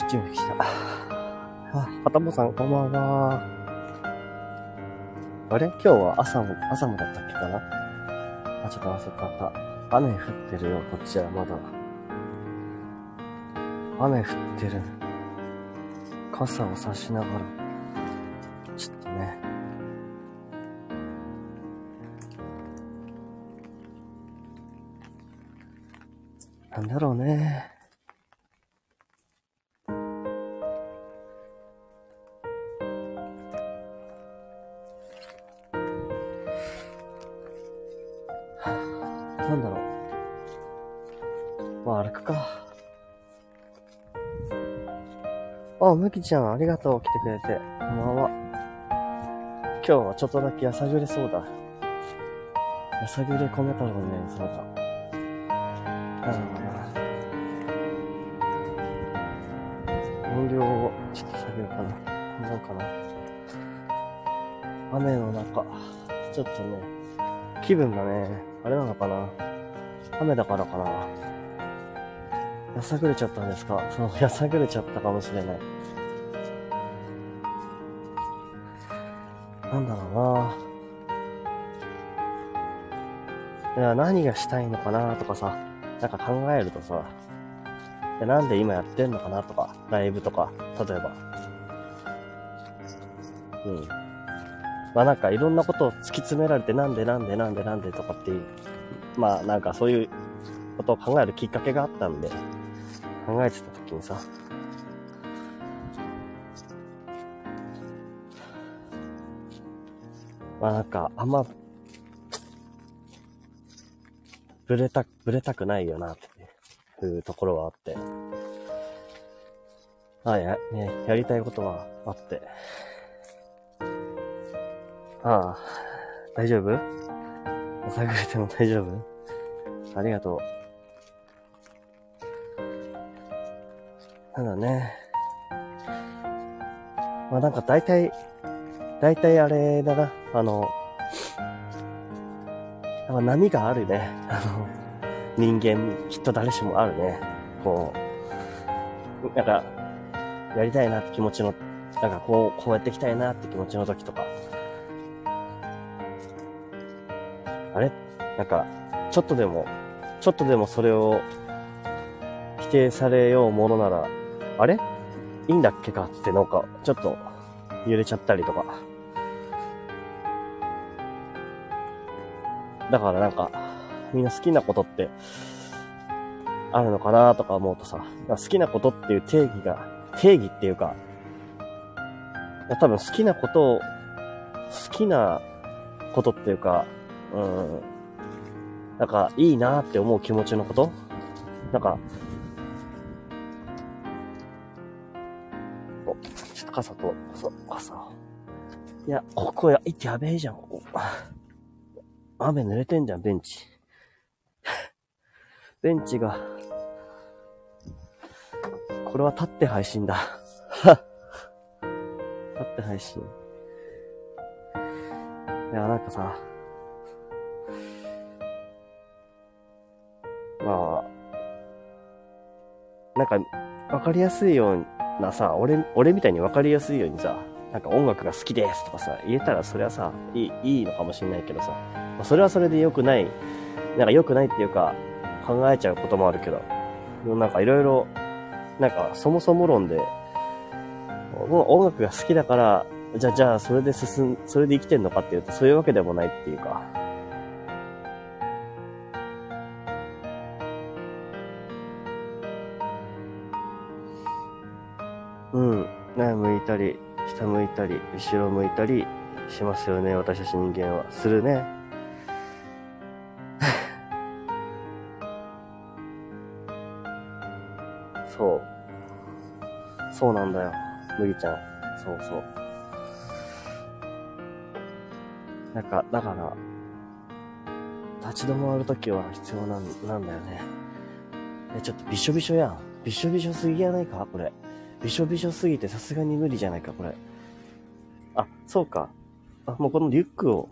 準備した。はたぼさん、こんばんは。あれ今日は朝もだったっけかな。ちょっと遅かった。雨降ってるよ、こっちはまだ。雨降ってる。傘を差しながら。ちょっとね。なんだろうね。なんだろう。まあ歩くか。むきちゃんありがとう。来てくれて。こんばんは。今日はちょっとだけやさぐれそうだ。やさぐれ米太郎になりそうだ。音量をちょっと下げようかな。こんなんかな。雨の中。ちょっとね、気分がね、あれなのかな。雨だからかな。やさぐれちゃったんですか。そう、やさぐれちゃったかもしれない。なんだろうな。いや、何がしたいのかなとかさ、なんか考えるとさ、なんで今やってんのかなとか、ライブとか、例えば。まあなんかいろんなことを突き詰められて、なんでとかっていう、まあなんかそういうことを考えるきっかけがあったんで、考えてた時にさ、まあなんかあんまブレたくないよなっていうところはあって、やりたいことはあって、大丈夫？探れても大丈夫？ありがとう。なんだね。まあなんか大体あれだな。波があるね。人間、きっと誰しもあるね。こう、なんか、やりたいなって気持ちの、なんかこうやっていきたいなって気持ちの時とか。あれ？なんか、ちょっとでもそれを否定されようものなら、あれ？いいんだっけかってなんか、ちょっと揺れちゃったりとか。だからなんか、みんな好きなことってあるのかなとか思うとさ、好きなことっていう定義っていうか、多分好きなことっていうか、なんかいいなって思う気持ちのことなんか、ちょっと傘を。いや、ここやべえじゃん、ここ。雨濡れてんじゃん、ベンチ。ベンチが、これは立って配信だ。立って配信。いや、なんかさ、まあ、なんか、わかりやすいようなさ、俺みたいにわかりやすいようにさ、なんか音楽が好きですとかさ、言えたらそれはさ、いいのかもしれないけどさ、まあ、それはそれで良くない、なんか良くないっていうか、考えちゃうこともあるけど、なんかいろいろ、なんかそもそも論で、音楽が好きだから、じゃあそれで生きてんのかっていうと、そういうわけでもないっていうか、前向いたり、下向いたり、後ろ向いたりしますよね、私たち人間は。するね。そうなんだよ、麦ちゃん。そう。だから、立ち止まるときは必要なんだよね。ちょっとびしょびしょやん。びしょびしょすぎやないかこれ。びしょびしょすぎてさすがに無理じゃないかこれ。そうか。もうこのリュックを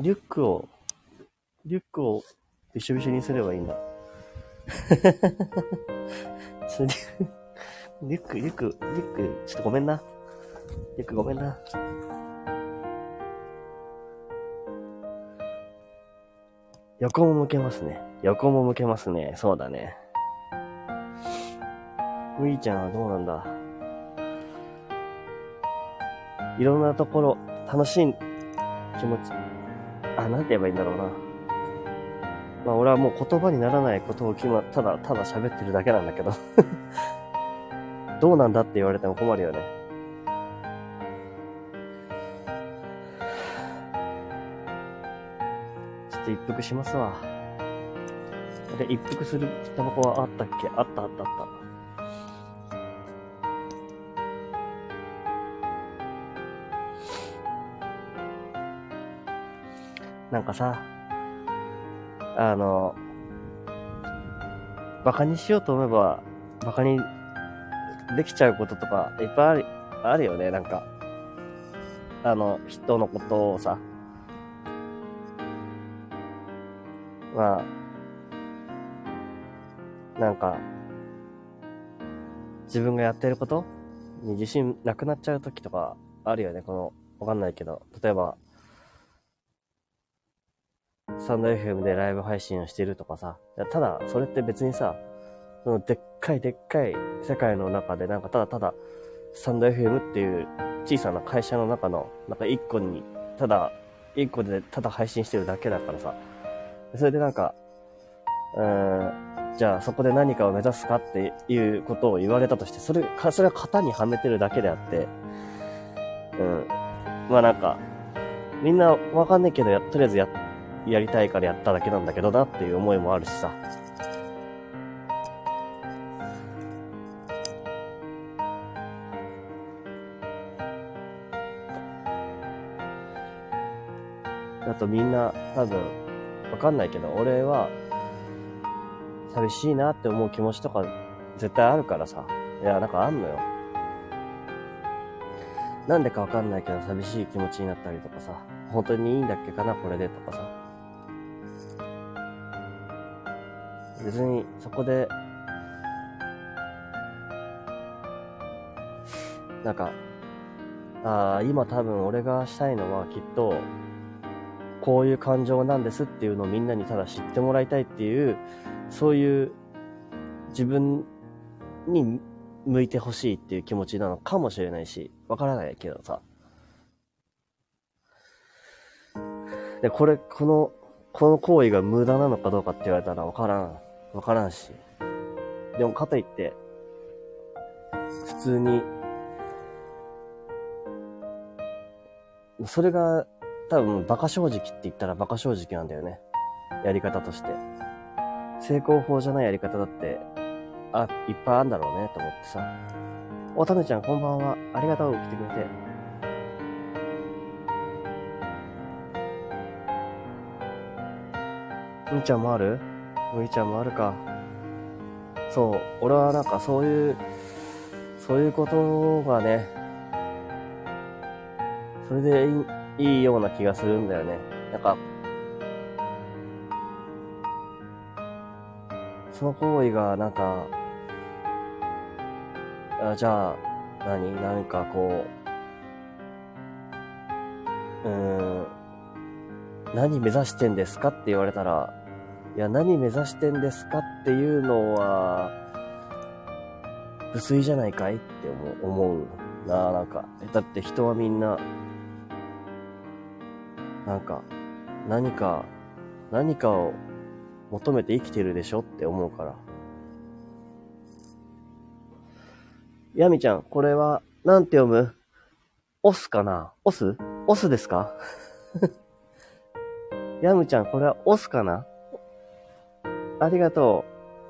びしょびしょにすればいいんだ。 リュック、ちょっとごめんな。リュックごめんな。横も向けますね。そうだね。むいちゃんはどうなんだ。いろんなところ、楽しい気持ち。なんて言えばいいんだろうな。まあ俺はもう言葉にならないことをただ喋ってるだけなんだけど。どうなんだって言われても困るよね。ちょっと一服しますわ。で、一服するタバコはあったっけ？あった。なんかさ、バカにしようと思えば、バカにできちゃうこととか、いっぱいあるよね、なんか。人のことをさ、まあ、なんか、自分がやってることに自信なくなっちゃう時とかあるよね、わかんないけど。例えば、スタンド FM でライブ配信をしてるとかさ。ただ、それって別にさ、そのでっかい世界の中で、なんかただ、スタンド FM っていう小さな会社の中の、なんか一個でただ配信してるだけだからさ。それでなんか、じゃあそこで何かを目指すかっていうことを言われたとして、それは型にはめてるだけであって、まあなんか、みんなわかんないけど、とりあえずやりたいからやっただけなんだけどなっていう思いもあるしさ。あとみんな多分わかんないけど、俺は寂しいなって思う気持ちとか絶対あるからさ。いや、なんかあんのよ。なんでかわかんないけど寂しい気持ちになったりとかさ。本当にいいんだっけかなこれでとかさ。別にそこでなんか今多分俺がしたいのはきっとこういう感情なんですっていうのをみんなにただ知ってもらいたいっていう、そういう自分に向いてほしいっていう気持ちなのかもしれないし、わからないけどさ。で、この行為が無駄なのかどうかって言われたらわからんし。でもかといって、普通に、それが多分バカ正直って言ったらバカ正直なんだよね。やり方として。成功法じゃないやり方だって、いっぱいあるんだろうねと思ってさ。たぬちゃんこんばんは。ありがとう、来てくれて。むいちゃんもあるか。そう、俺はなんかそういうことがね、それでいいような気がするんだよね。なんか、その行為がなんか、じゃあ、なんかこう、何目指してんですかって言われたら、いや、何目指してんですかっていうのは、不粋じゃないかいって思うな。なんか、だって人はみんな、なんか、何かを求めて生きてるでしょって思うから。ヤミちゃん、これは、なんて読む？オスかな？オスですか？ヤムちゃん、これはオスかな？ありがと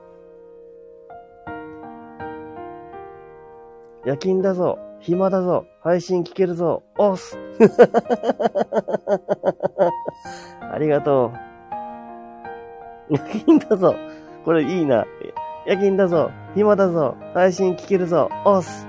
う。夜勤だぞ。暇だぞ。配信聞けるぞ。オスありがとう。夜勤だぞ。これいいな。夜勤だぞ。暇だぞ。配信聞けるぞ。オス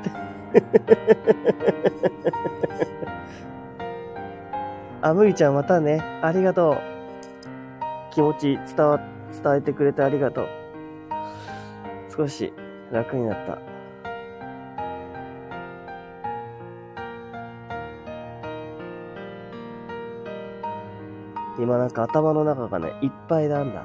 むいちゃんまたね。ありがとう。気持ち伝えてくれてありがとう。少し楽になった。 今なんか頭の中がね、いっぱいなんだ。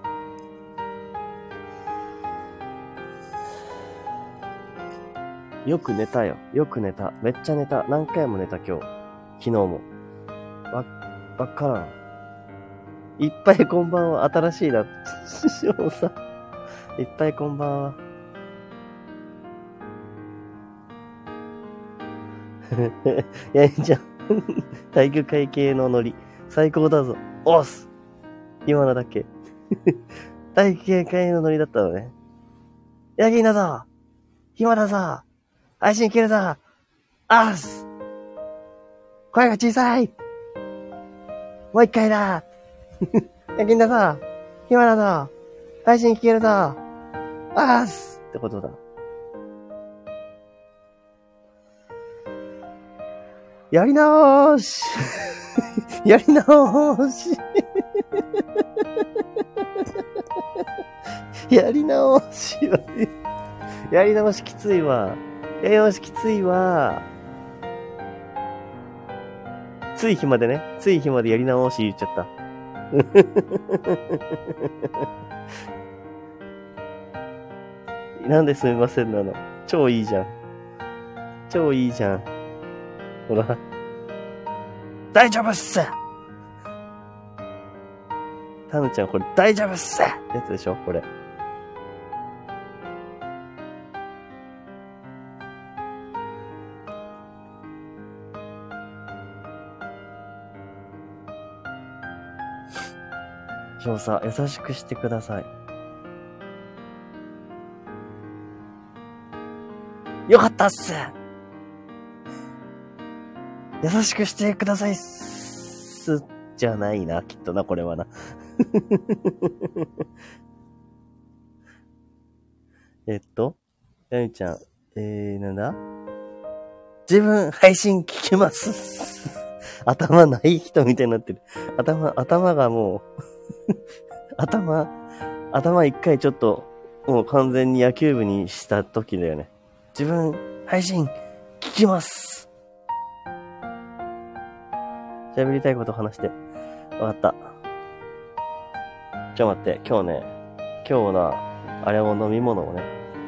よく寝たよ。よく寝た。めっちゃ寝た。何回も寝た今日。昨日も。わからん。いっぱいこんばんは。新しいな。もうさ。いっぱいこんばんは。やいちゃん。体育会系のノリ。最高だぞ。おっす。今のだけ。体育会のノリだったのね。ヤギだぞ。暇だぞ。配信いけるぞ。あっす。声が小さい。もう一回だ。ヤギだぞ。暇だぞ。配信いけるぞ。あっす。ってことだ。やり直し。やり直し。やり直しはね。やり直しきついわ。やり直しきついわ。つい暇でね。つい暇でやり直し言っちゃった。なんですみませんなの。超いいじゃん。超いいじゃん。ほら。大丈夫っす。タヌちゃんこれ大丈夫っすってやつでしょこれ。少佐、優しくしてください。よかったっす。優しくしてくださいっす。じゃないな、きっとな、これはな。やみちゃん、なんだ？自分配信聞きます。頭ない人みたいになってる。頭がもう頭一回ちょっと、もう完全に野球部にした時だよね。自分配信聞きます。喋りたいこと話して。わかった。ちょっと待って、今日な、あれも飲み物をね。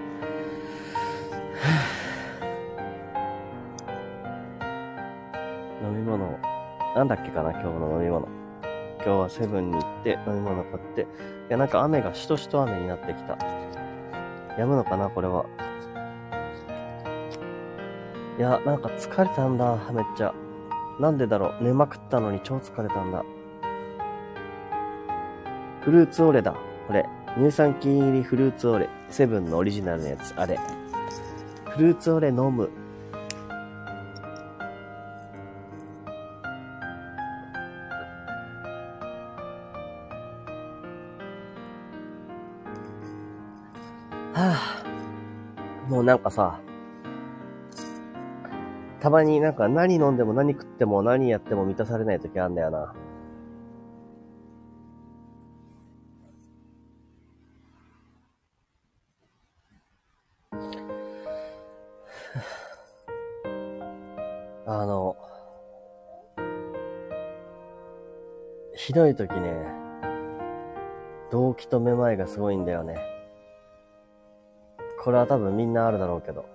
飲み物を。なんだっけかな、今日の飲み物。今日はセブンに行って飲み物買って。いや、なんか雨がしとしと雨になってきた。やむのかな、これは。いや、なんか疲れたんだ、めっちゃ。なんでだろう、寝まくったのに超疲れたんだ。フルーツオレだ。これ。乳酸菌入りフルーツオレ。セブンのオリジナルのやつ。あれ。フルーツオレ飲む。はぁ。もうなんかさ、たまになんか何飲んでも何食っても何やっても満たされない時あんだよな。ひどい時ね、動悸とめまいがすごいんだよね。これは多分みんなあるだろうけど。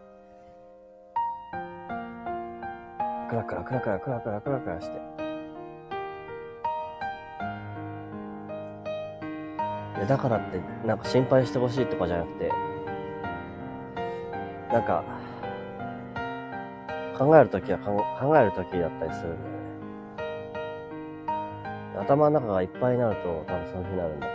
クラクラクラクラクラクラクラクラして。いやだからって、なんか心配してほしいとかじゃなくて、なんか、考えるときは考えるときだったりするんだよね。頭の中がいっぱいになると、多分そういう風になるんだ。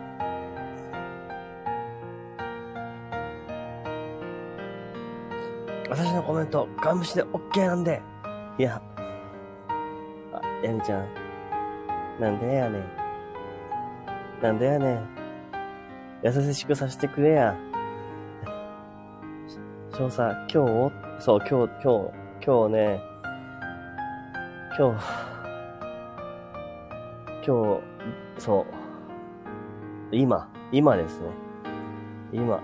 私のコメント、ガン無視で OK なんで。いや。やみちゃん。なんでやねん。なんでやねん。優しくさせてくれや。少佐、今日そう、今日ね、そう。今ですね。今。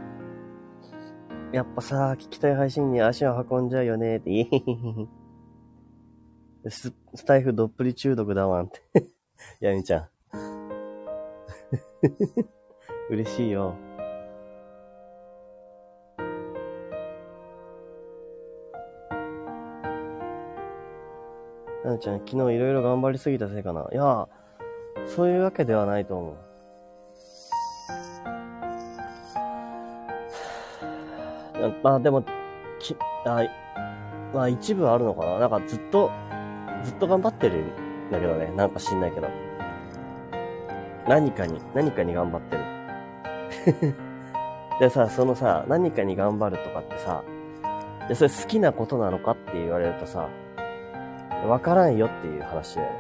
やっぱさ、聞きたい配信に足を運んじゃうよねって。 スタイフどっぷり中毒だわんって。やみちゃん。嬉しいよ。やみちゃん、昨日いろいろ頑張りすぎたせいかな。いや、そういうわけではないと思う。まあでも、まあ一部あるのかな。なんかずっと頑張ってるんだけどね。なんか知んないけど。何かに頑張ってる。でさ、そのさ、何かに頑張るとかってさ、で、それ好きなことなのかって言われるとさ、わからんよっていう話で。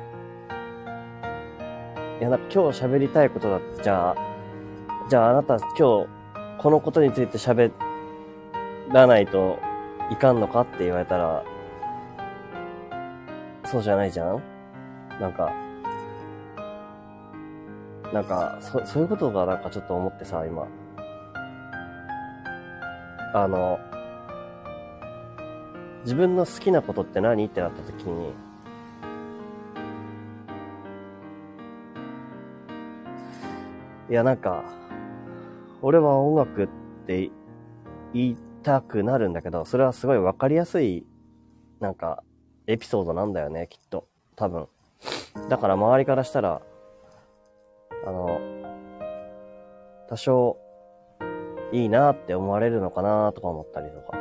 いや、なんか今日喋りたいことだって、じゃああなた今日このことについて喋らないといかんのかって言われたら、そうじゃないじゃん？そういうことがなんかちょっと思ってさ、今。自分の好きなことって何ってなった時に、いやなんか、俺は音楽って言いたくなるんだけど、それはすごいわかりやすい、なんか、エピソードなんだよね、きっと。多分。だから周りからしたら、多少、いいなって思われるのかなとか思ったりとか。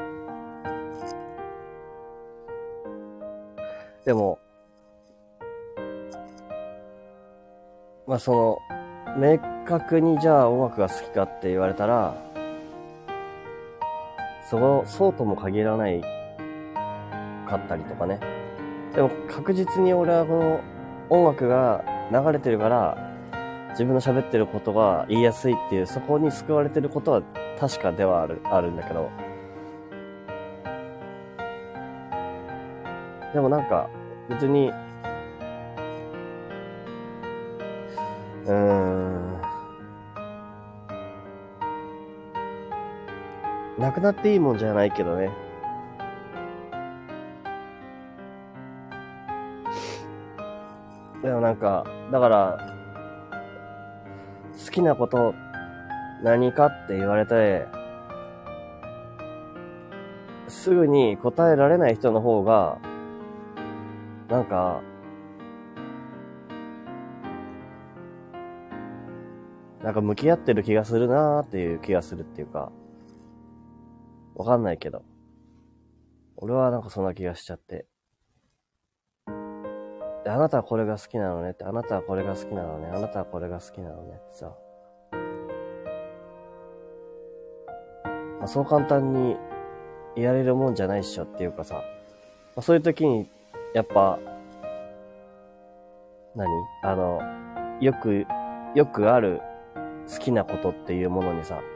でも、まあ明確にじゃあ音楽が好きかって言われたら、そうとも限らないかったりとかね。でも確実に俺はこの音楽が流れてるから、自分の喋ってることが言いやすいっていう、そこに救われてることは確かではあるんだけど、でもなんか別になくなっていいもんじゃないけどね。でもなんかだから好きなこと何かって言われてすぐに答えられない人の方がなんか向き合ってる気がするなーっていう気がするっていうか、わかんないけど、俺はなんかそんな気がしちゃって。で、あなたはこれが好きなのねって、あなたはこれが好きなのね、あなたはこれが好きなのねってさ、まあ、そう簡単にやれるもんじゃないっしょっていうかさ、まあ、そういう時にやっぱよくある好きなことっていうものにさ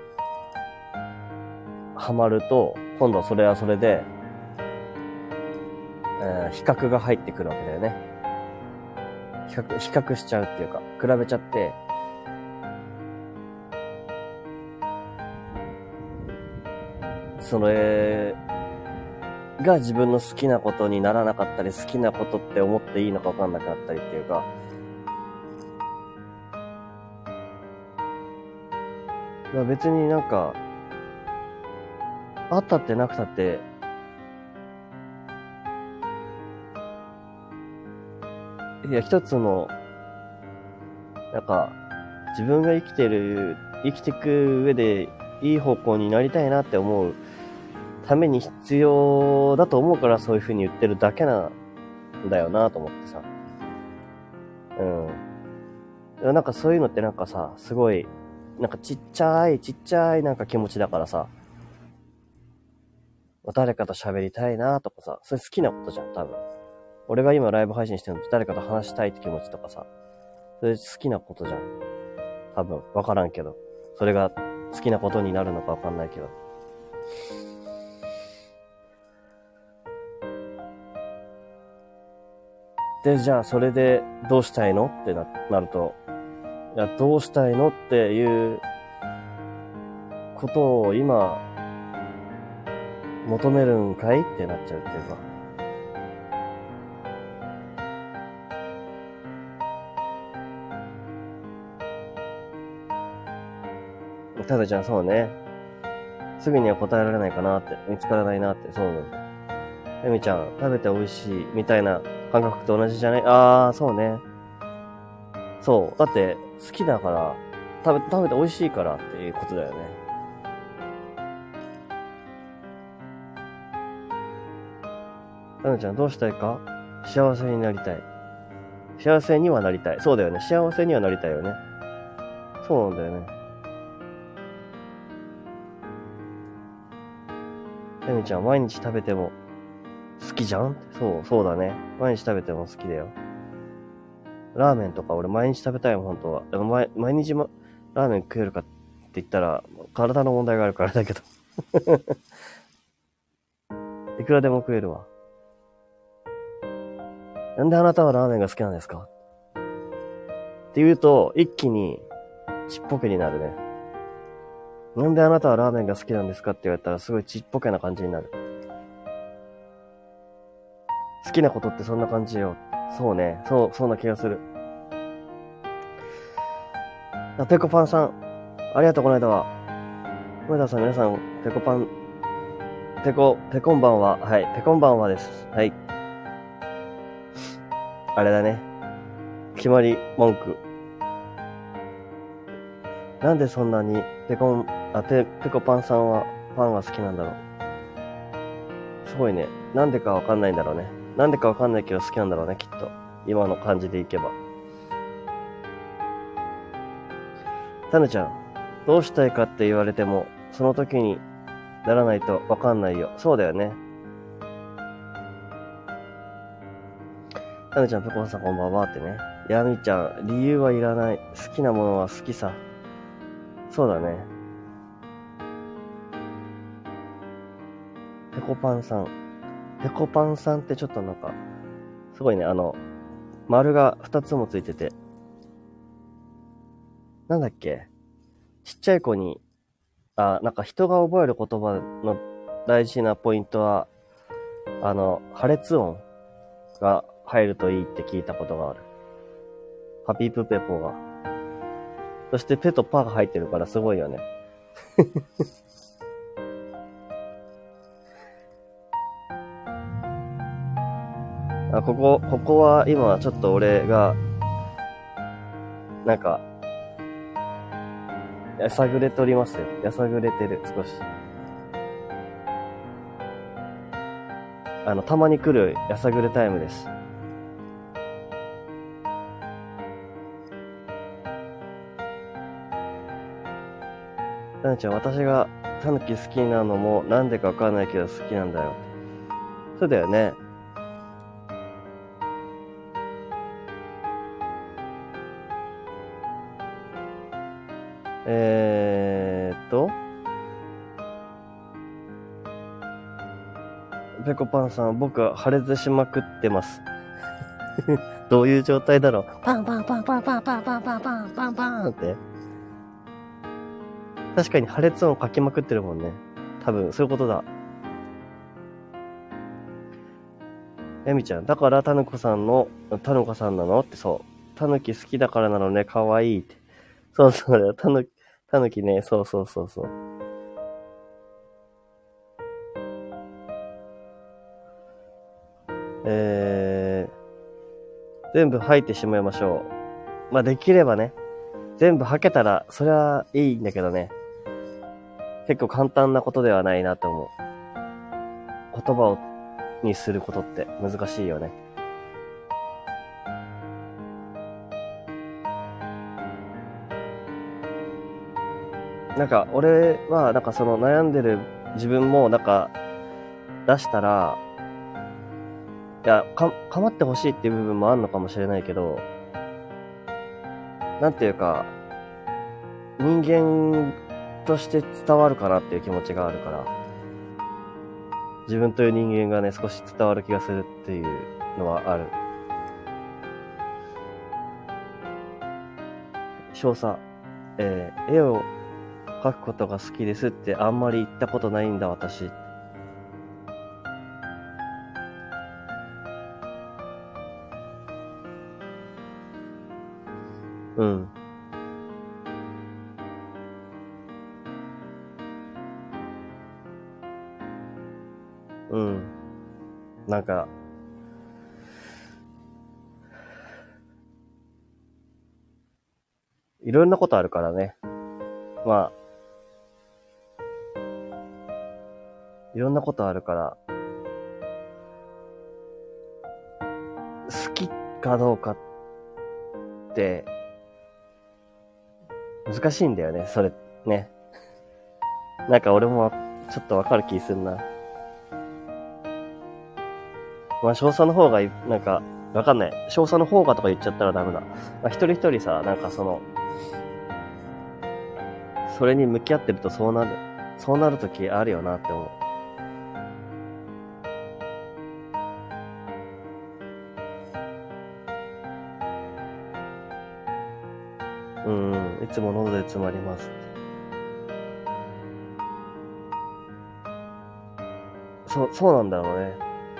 ハマると、今度はそれはそれで、比較が入ってくるわけだよね。比較しちゃうっていうか、比べちゃって、それが自分の好きなことにならなかったり、好きなことって思っていいのか分かんなかったりっていうか、別になんか、あったってなくたって、いや、一つの、なんか、自分が生きていく上でいい方向になりたいなって思うために必要だと思うからそういう風に言ってるだけなんだよなと思ってさ。なんかそういうのってなんかさ、すごい、なんかちっちゃいなんか気持ちだからさ、誰かと喋りたいなとかさ、それ好きなことじゃん、多分。俺が今ライブ配信してるのと誰かと話したいって気持ちとかさ、それ好きなことじゃん。多分、わからんけど。それが好きなことになるのかわかんないけど。で、じゃあそれでどうしたいのってなると、いや、どうしたいのっていうことを今、求めるんかいってなっちゃうっていうか。 タヌちゃん、そうね。すぐには答えられないかなって、見つからないなって、そうなの。エミちゃん、食べて美味しい、みたいな感覚と同じじゃない？そうね。そう。だって、好きだから、食べて美味しいからっていうことだよね。タヌちゃん、どうしたいか？幸せになりたい。幸せにはなりたい。そうだよね。幸せにはなりたいよね。そうなんだよね。エミちゃん、毎日食べても好きじゃん？そうだね。毎日食べても好きだよ。ラーメンとか俺毎日食べたいもん、本当は。でも毎日もラーメン食えるかって言ったら、体の問題があるからだけど。いくらでも食えるわ。なんであなたはラーメンが好きなんですか？って言うと、一気にちっぽけになるね。なんであなたはラーメンが好きなんですかって言われたらすごいちっぽけな感じになる。好きなことってそんな感じよ。そうね。そんな気がする。ペコパンさん、ありがとう、この間は。梅田さん、皆さん、ペコンバンは、はい、ペコンバンはです。はい。あれだね。決まり文句。なんでそんなにペコパンさんはパンが好きなんだろう。すごいね。なんでかわかんないんだろうね。なんでかわかんないけど好きなんだろうね、きっと。今の感じでいけば。タヌちゃん、どうしたいかって言われても、その時にならないとわかんないよ。そうだよね。タヌちゃん、ペコさんこんばんはってね。ヤミちゃん、理由はいらない。好きなものは好きさ。そうだね。ペコパンさん。ペコパンさんってちょっとなんか、すごいね、丸が2つもついてて。なんだっけ？ちっちゃい子に、なんか人が覚える言葉の大事なポイントは、破裂音が入るといいって聞いたことがある。パピプペポが。そしてペとパが入ってるからすごいよね。ここは今ちょっと俺が、なんか、やさぐれとりますよ。やさぐれてる、少し。たまに来るやさぐれタイムです。タヌちゃん、私がタヌキ好きなのもなんでかわかんないけど好きなんだよ。そうだよね。ペコパンさん、僕は破裂しまくってます。どういう状態だろう。パンパンパンパンパンパンパンパンパンパンパンって。確かに破裂音書きまくってるもんね。多分、そういうことだ。エミちゃん、だからタヌコさんなのってそう。タヌキ好きだからなのね、かわいいって。そうだよ。タヌキね、そう。全部吐いてしまいましょう。まあ、できればね。全部吐けたら、それはいいんだけどね。結構簡単なことではないなと思う。言葉にすることって難しいよね。なんか、俺は、なんかその悩んでる自分も、なんか、出したら、いや、かまってほしいっていう部分もあるのかもしれないけど、なんていうか、人間として伝わるかなっていう気持ちがあるから、自分という人間がね、少し伝わる気がするっていうのはある。少佐、絵を描くことが好きですってあんまり言ったことないんだ、私。うん。 うん。なんか、いろんなことあるからね。まあ、いろんなことあるから、好きかどうかって、難しいんだよね、それ、ね。なんか俺も、ちょっとわかる気すんな。まあ、少佐の方が、なんか、わかんない。少佐の方がとか言っちゃったらダメだ。まあ、一人一人さ、なんかそれに向き合ってるとそうなるときあるよなって思う。いつも喉で詰まります。そうなんだろうね。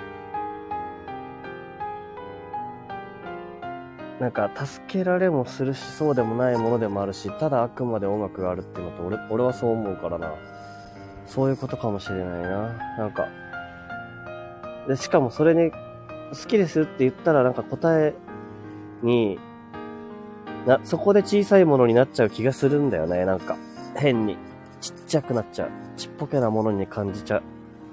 なんか、助けられもするし、そうでもないものでもあるし、ただあくまで音楽があるっていうのと、俺はそう思うからな。そういうことかもしれないな。なんか、で、しかもそれに、好きですって言ったらなんか答えに、そこで小さいものになっちゃう気がするんだよね。なんか、変に。ちっちゃくなっちゃう。ちっぽけなものに感じちゃう。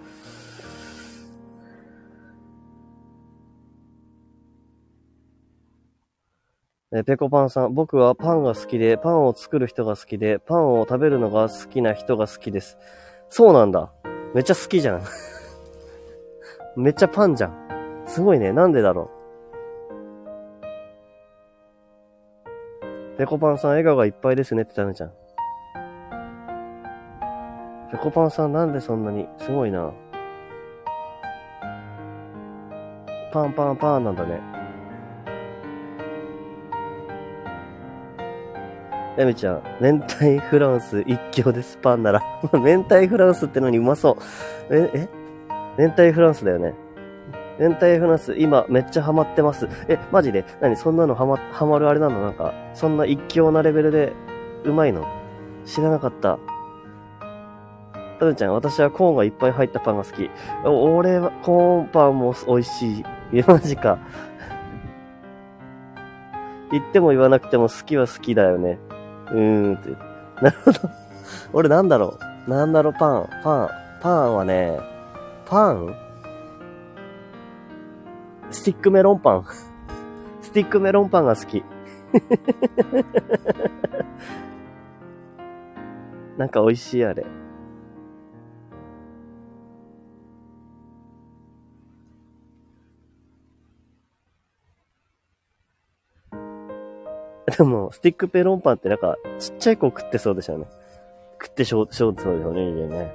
ペコパンさん、僕はパンが好きで、パンを作る人が好きで、パンを食べるのが好きな人が好きです。そうなんだ。めっちゃ好きじゃん。めっちゃパンじゃん。すごいね。なんでだろう。ペコパンさん、笑顔がいっぱいですねって言ったのじゃん。ペコパンさん、なんでそんなに、すごいな。パンパンパンなんだね。やみちゃん、明太フランス一強です、パンなら。明太フランスってのにうまそう。明太フランスだよね。明太フランス、今めっちゃハマってます。マジで何そんなのハマるあれなのなんか、そんな一強なレベルでうまいの知らなかった。たぶちゃん、私はコーンがいっぱい入ったパンが好き。俺は、コーンパンも美味しい。マジか。言っても言わなくても好きは好きだよね。って。なるほど。俺なんだろう。パンはね、パンスティックメロンパン。スティックメロンパンが好き。なんか美味しいあれ。でも、スティックメロンパンってなんか、ちっちゃい子食ってそうでしたよね。食ってそうですよね。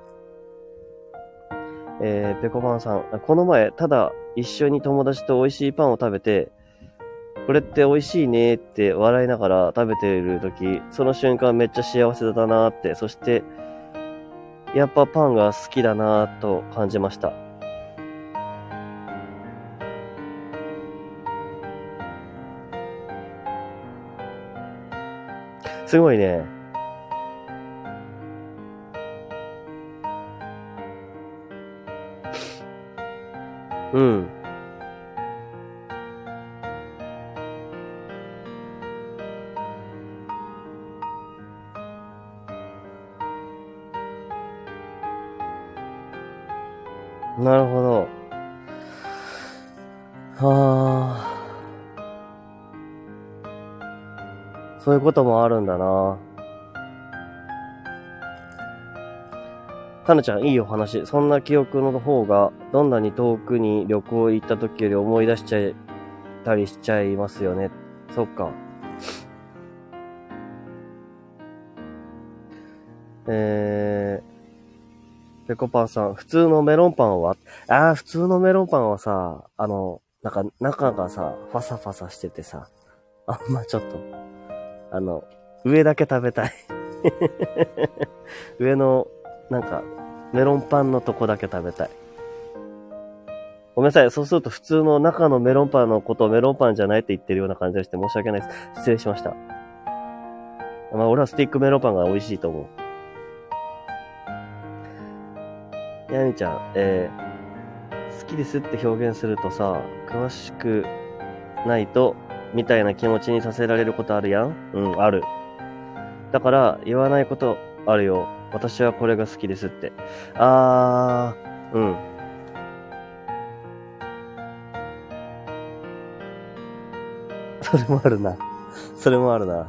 ペコパンさん。この前、ただ一緒に友達と美味しいパンを食べて、これって美味しいねって笑いながら食べているとき、その瞬間めっちゃ幸せだなって、そして、やっぱパンが好きだなと感じました。すごいね。うん。なるほど。はあ。そういうこともあるんだな。タヌちゃん、いいお話。そんな記憶の方が、どんなに遠くに旅行行った時より思い出しちゃったりしちゃいますよね。そっか。ペコパンさん、普通のメロンパンは普通のメロンパンはさ、なんか、中がさ、ファサファサしててさ、ちょっと、上だけ食べたい。上の、なんか、メロンパンのとこだけ食べたい。ごめんなさい。そうすると普通の中のメロンパンのことをメロンパンじゃないって言ってるような感じがして申し訳ないです。失礼しました。俺はスティックメロンパンが美味しいと思う。やみちゃん、 好きですって表現するとさ、詳しくないと、みたいな気持ちにさせられることあるやん？うん、ある。だから、言わないことあるよ。私はこれが好きですって。うん。それもあるな。それもあるな。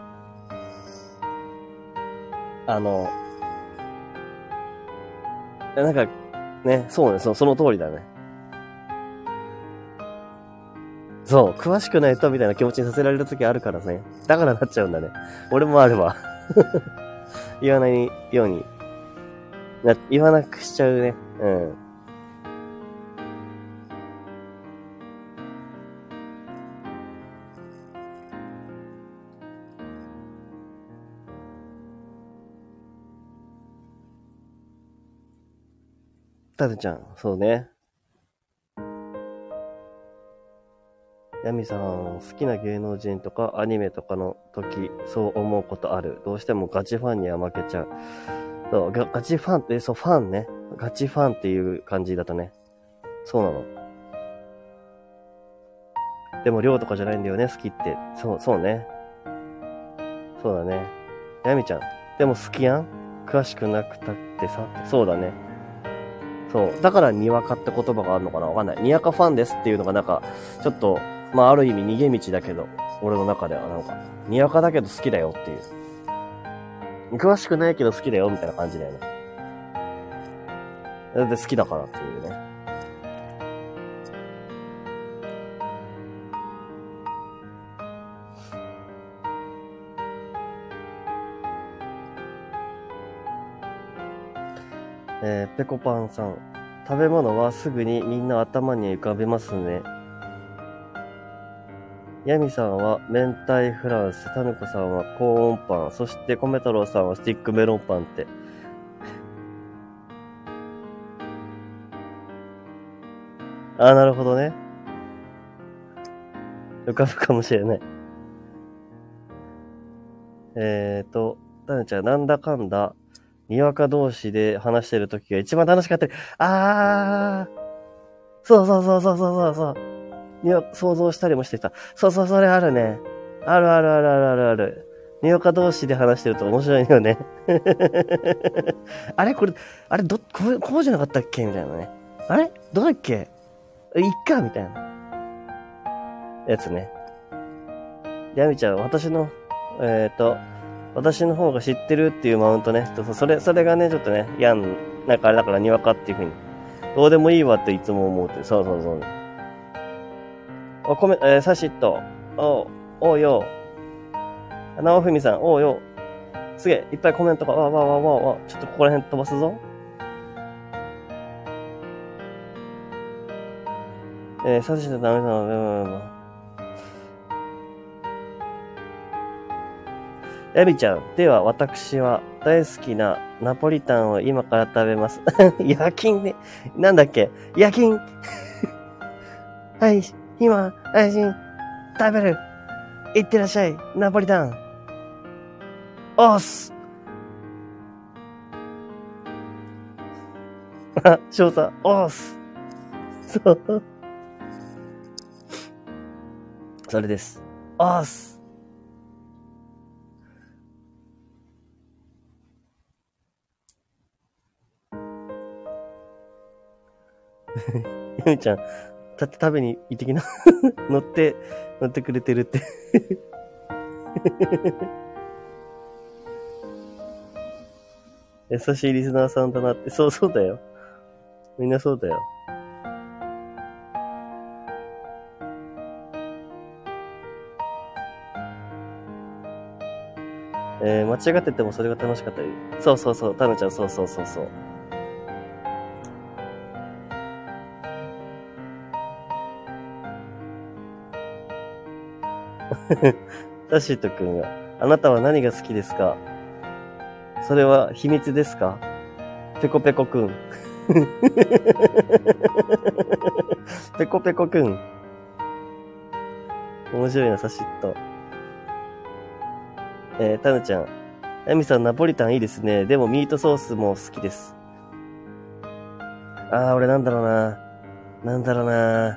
なんか、ね、そうね、その通りだね。そう、詳しくないとみたいな気持ちにさせられる時あるからね。だからなっちゃうんだね。俺もあるわ。言わないように言わなくしちゃうね。うん。たるちゃん、そうね。ヤミさん、好きな芸能人とかアニメとかの時、そう思うことある。どうしてもガチファンには負けちゃう。そう、ガチファンって、そう、ファンね。ガチファンっていう感じだとね。そうなの。でも量とかじゃないんだよね、好きって。そうね。そうだね。ヤミちゃん、でも好きやん？詳しくなくたってさ。そうだね。そう。だからにわかって言葉があるのかな？わかんない。にわかファンですっていうのがなんか、ちょっと、まあある意味逃げ道だけど、俺の中ではなんか、にわかだけど好きだよっていう。詳しくないけど好きだよみたいな感じだよね。だって好きだからっていうね。ペコパンさん。食べ物はすぐにみんな頭に浮かべますね。ヤミさんは明太フランス、タヌコさんはコーンパン、そしてコメ太郎さんはスティックメロンパンって。なるほどね。浮かぶかもしれない。タヌちゃん、なんだかんだ、にわか同士で話してる時が一番楽しかったり。そう。想像したりもしてた。そう、それあるね。ある。にわか同士で話してると面白いよね。あれこれ、こうじゃなかったっけみたいなね。あれどうだっけいっかみたいな。やつね。ヤミちゃん、私の方が知ってるっていうマウントね。それがね、ちょっとね、なんかあれだからにわかっていう風に。どうでもいいわっていつも思うって。そう。サシット。おうよ。なおふみさん、おうよ。すげえ、いっぱいコメントが、わ。ちょっとここら辺飛ばすぞ。サシットダメだな。ヤビちゃん、では私は大好きなナポリタンを今から食べます。夜勤ね。なんだっけ夜勤はい、今、配信、食べる。いってらっしゃい、ナポリタン。おーす。翔さん、おーす。そう。それです。おーす。ゆみちゃん、食べに行ってきな。乗ってくれてるって。優しいリスナーさんだなって。そうだよ。みんなそうだよ。間違っててもそれが楽しかったり。そう。タヌちゃん、そう。タシート君が、あなたは何が好きですか？それは秘密ですか？ペコペコくん。ペコペコくん。面白いな、サシット。タヌちゃん。ヤミさん、ナポリタンいいですね。でもミートソースも好きです。俺なんだろうな。 なんだろうな。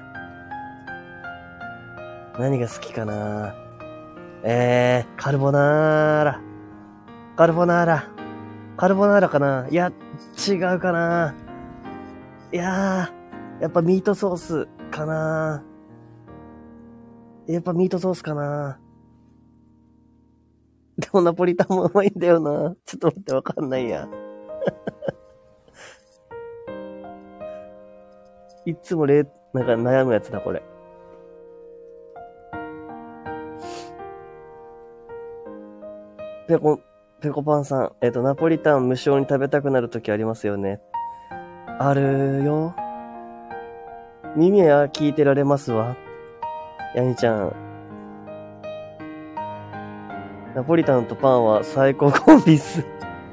何が好きかな。カルボナーラ。カルボナーラ。カルボナーラかな。いや、違うかな。いやー、やっぱミートソースかな。やっぱミートソースかな。でもナポリタンもうまいんだよな。ちょっと待って、わかんないや。いつもなんか悩むやつだ、これ。ペコパンさん、ナポリタン無償に食べたくなるときありますよね。あるよ。耳は聞いてられますわ。ヤニちゃん。ナポリタンとパンは最高コンビっす。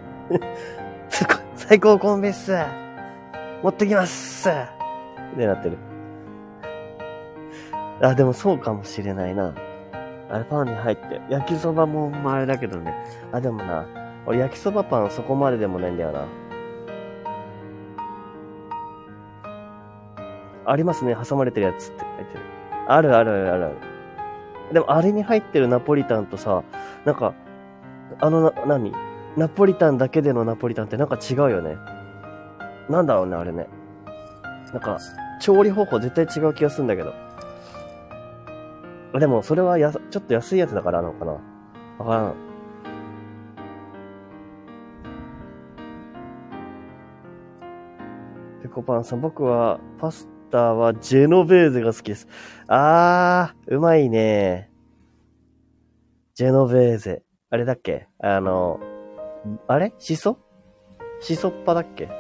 最高コンビっす。持ってきますってなってる。あ、でもそうかもしれないな。あれパンに入って。焼きそばもあれだけどね。あ、でもな。俺焼きそばパンそこまででもないんだよな。ありますね。挟まれてるやつって書いてる。あるあるあるある。でもあれに入ってるナポリタンとさ、なんか、何ナポリタンだけでのナポリタンってなんか違うよね。なんだろうね、あれね。なんか、調理方法絶対違う気がするんだけど。でも、それはちょっと安いやつだからなのかな。わからん。ペコパンさん、僕は、パスタはジェノベーゼが好きです。うまいね。ジェノベーゼ。あれだっけあれシソっぱだっけ？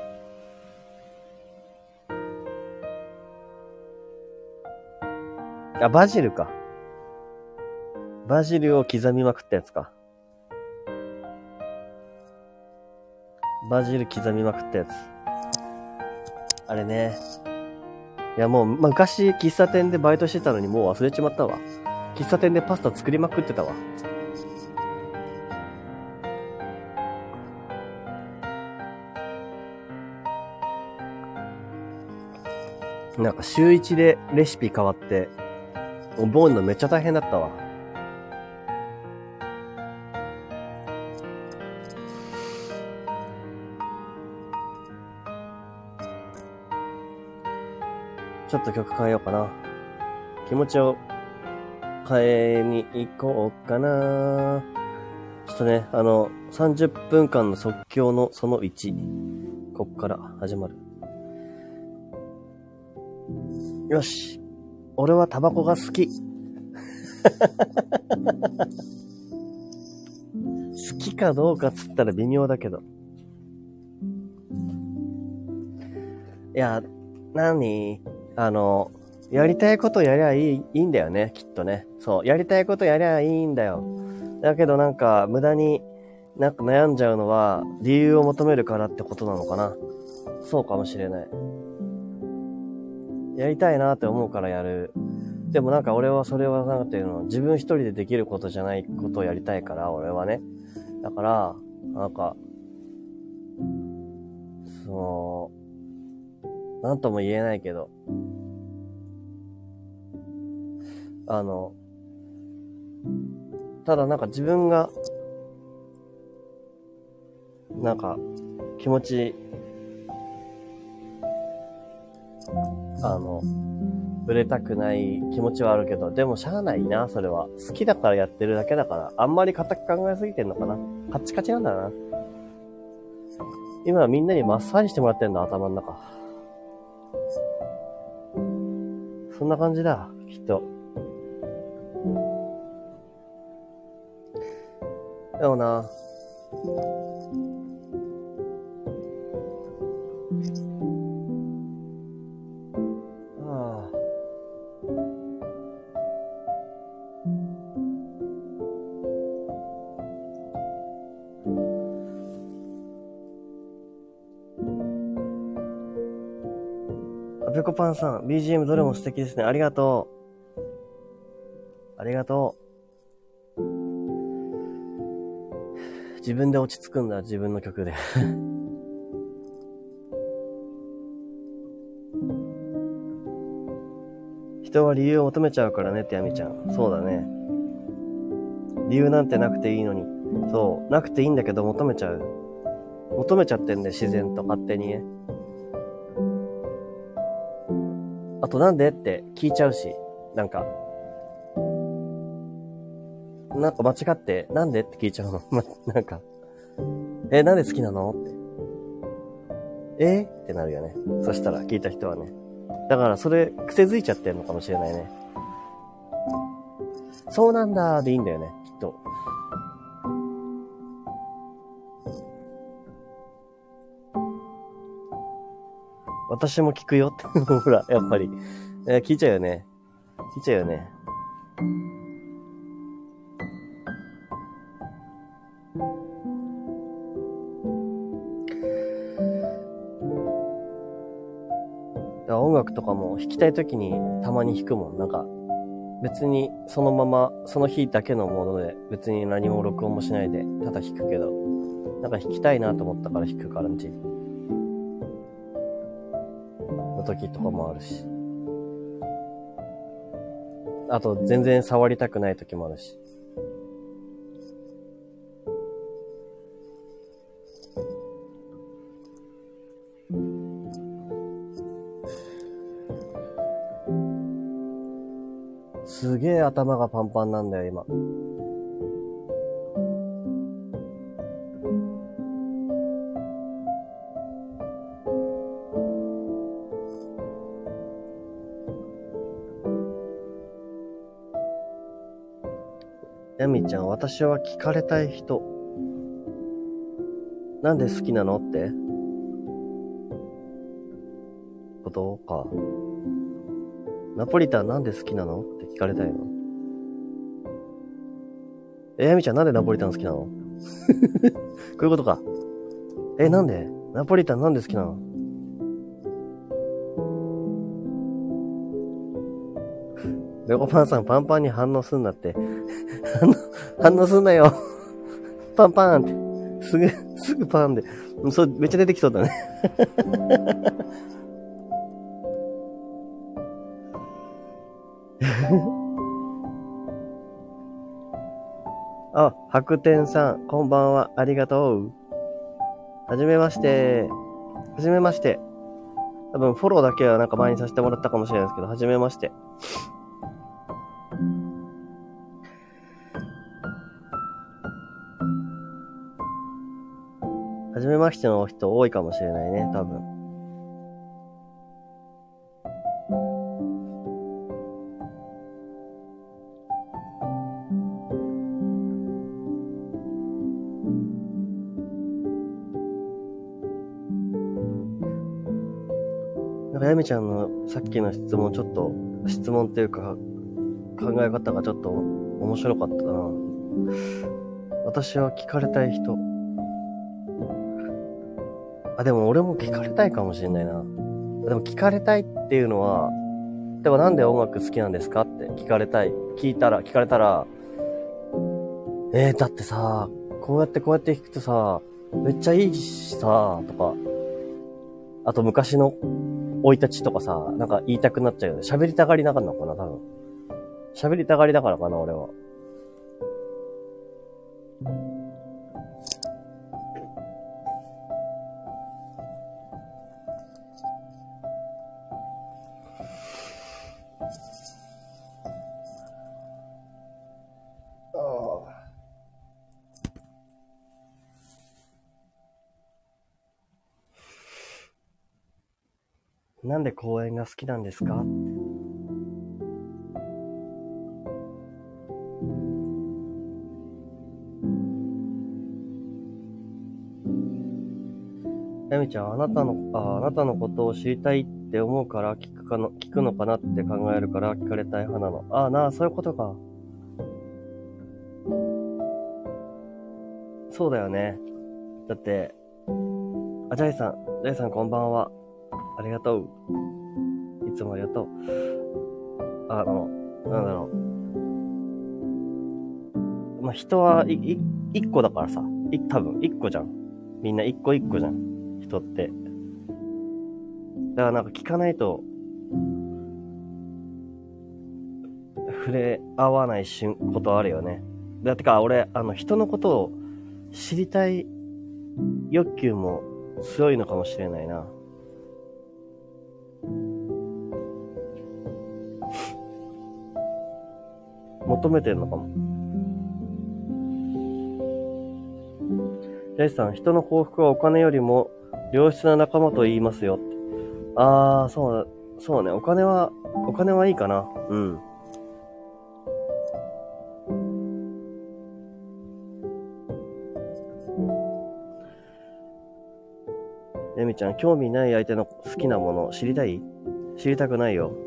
あ、バジルか。バジルを刻みまくったやつか。バジル刻みまくったやつ。あれね。いやもう、昔喫茶店でバイトしてたのにもう忘れちまったわ。喫茶店でパスタ作りまくってたわ。なんか週1でレシピ変わって、覚えるのめっちゃ大変だったわ。ちょっと曲変えようかな。気持ちを変えに行こうかな。ちょっとね、30分間の即興のその1。こっから始まる。よし。俺はタバコが好き。好きかどうかっつったら微妙だけど。いや、やりたいことやりゃいいんだよね、きっとね。そう、やりたいことやりゃいいんだよ。だけどなんか、無駄になんか悩んじゃうのは、理由を求めるからってことなのかな。そうかもしれない。やりたいなって思うからやる。でもなんか俺はそれはなんていうの、自分一人でできることじゃないことをやりたいから、俺はね。だから、なんか、なんとも言えないけど、ただなんか自分が、なんか、気持ち、売れたくない気持ちはあるけど、でもしゃあないな、それは。好きだからやってるだけだから、あんまり固く考えすぎてんのかな。カッチカチなんだな。今はみんなにマッサージしてもらってんだ、頭の中。そんな感じだ、きっと。でもな、ペコパンさん、BGM どれも素敵ですね。ありがとう。ありがとう。自分で落ち着くんだ、自分の曲で。 人は理由を求めちゃうからねってやみちゃん。そうだね。理由なんてなくていいのに。そう。なくていいんだけど求めちゃう。求めちゃってんで、自然と勝手にね。あとなんでって聞いちゃうし。なんか間違って、なんでって聞いちゃうの。なんか、なんで好きなのって。ってなるよね。そしたら聞いた人はね。だからそれ癖づいちゃってんのかもしれないね。そうなんだーでいいんだよね、きっと。私も聞くよって。ほら、やっぱり。聞いちゃうよね。聞いちゃうよね。音楽とかも弾きたい時にたまに弾くもん。なんか、別にそのまま、その日だけのもので、別に何も録音もしないで、ただ弾くけど、なんか弾きたいなと思ったから弾く感じの時とかもあるし。あと、全然触りたくない時もあるし。すげえ頭がパンパンなんだよ、今。やみちゃん、私は聞かれたい人。なんで好きなのってことか。ナポリタンなんで好きなのって聞かれたいの。やみちゃんなんでナポリタン好きなのこういうことか。なんでナポリタンなんで好きなの。ベコパンさん、パンパンに反応すんなって。反応すんなよ。パンパンって。すぐパンで。そう、めっちゃ出てきそうだね。あ、白天さん、こんばんは。ありがとう。はじめまして。はじめまして。多分フォローだけはなんか前にさせてもらったかもしれないですけど、はじめまして。はじめましての人多いかもしれないね、多分。なんかやみちゃんのさっきの質問っていうか考え方がちょっと面白かったな。私は聞かれたい人。でも俺も聞かれたいかもしれないな。でも聞かれたいっていうのは、でもなんで音楽好きなんですかって聞かれたら、だってさ、こうやって弾くとさ、めっちゃいいしさ、とか、あと昔の生い立ちとかさ、なんか言いたくなっちゃうよね。喋りたがりなかったのかな、多分。喋りたがりだからかな、俺は。なんで公園が好きなんですかって。やみちゃん、あなたのことを知りたいって思うから聞くのかなって考えるから聞かれたい派なの。そういうことか。そうだよね。だって、ジャイさんこんばんは。ありがとう。いつもありがとう。なんだろう。人は一個だからさ。多分一個じゃん。みんな一個じゃん。人って。だからなんか聞かないと、 触れ合わないことあるよね。だってか、俺、人のことを知りたい欲求も強いのかもしれないな。求めてるのかも。ジャイさん、人の幸福はお金よりも良質な仲間と言いますよ。ああ、そうね。お金はいいかな。うん。エミちゃん、興味ない相手の好きなもの知りたい？知りたくないよ。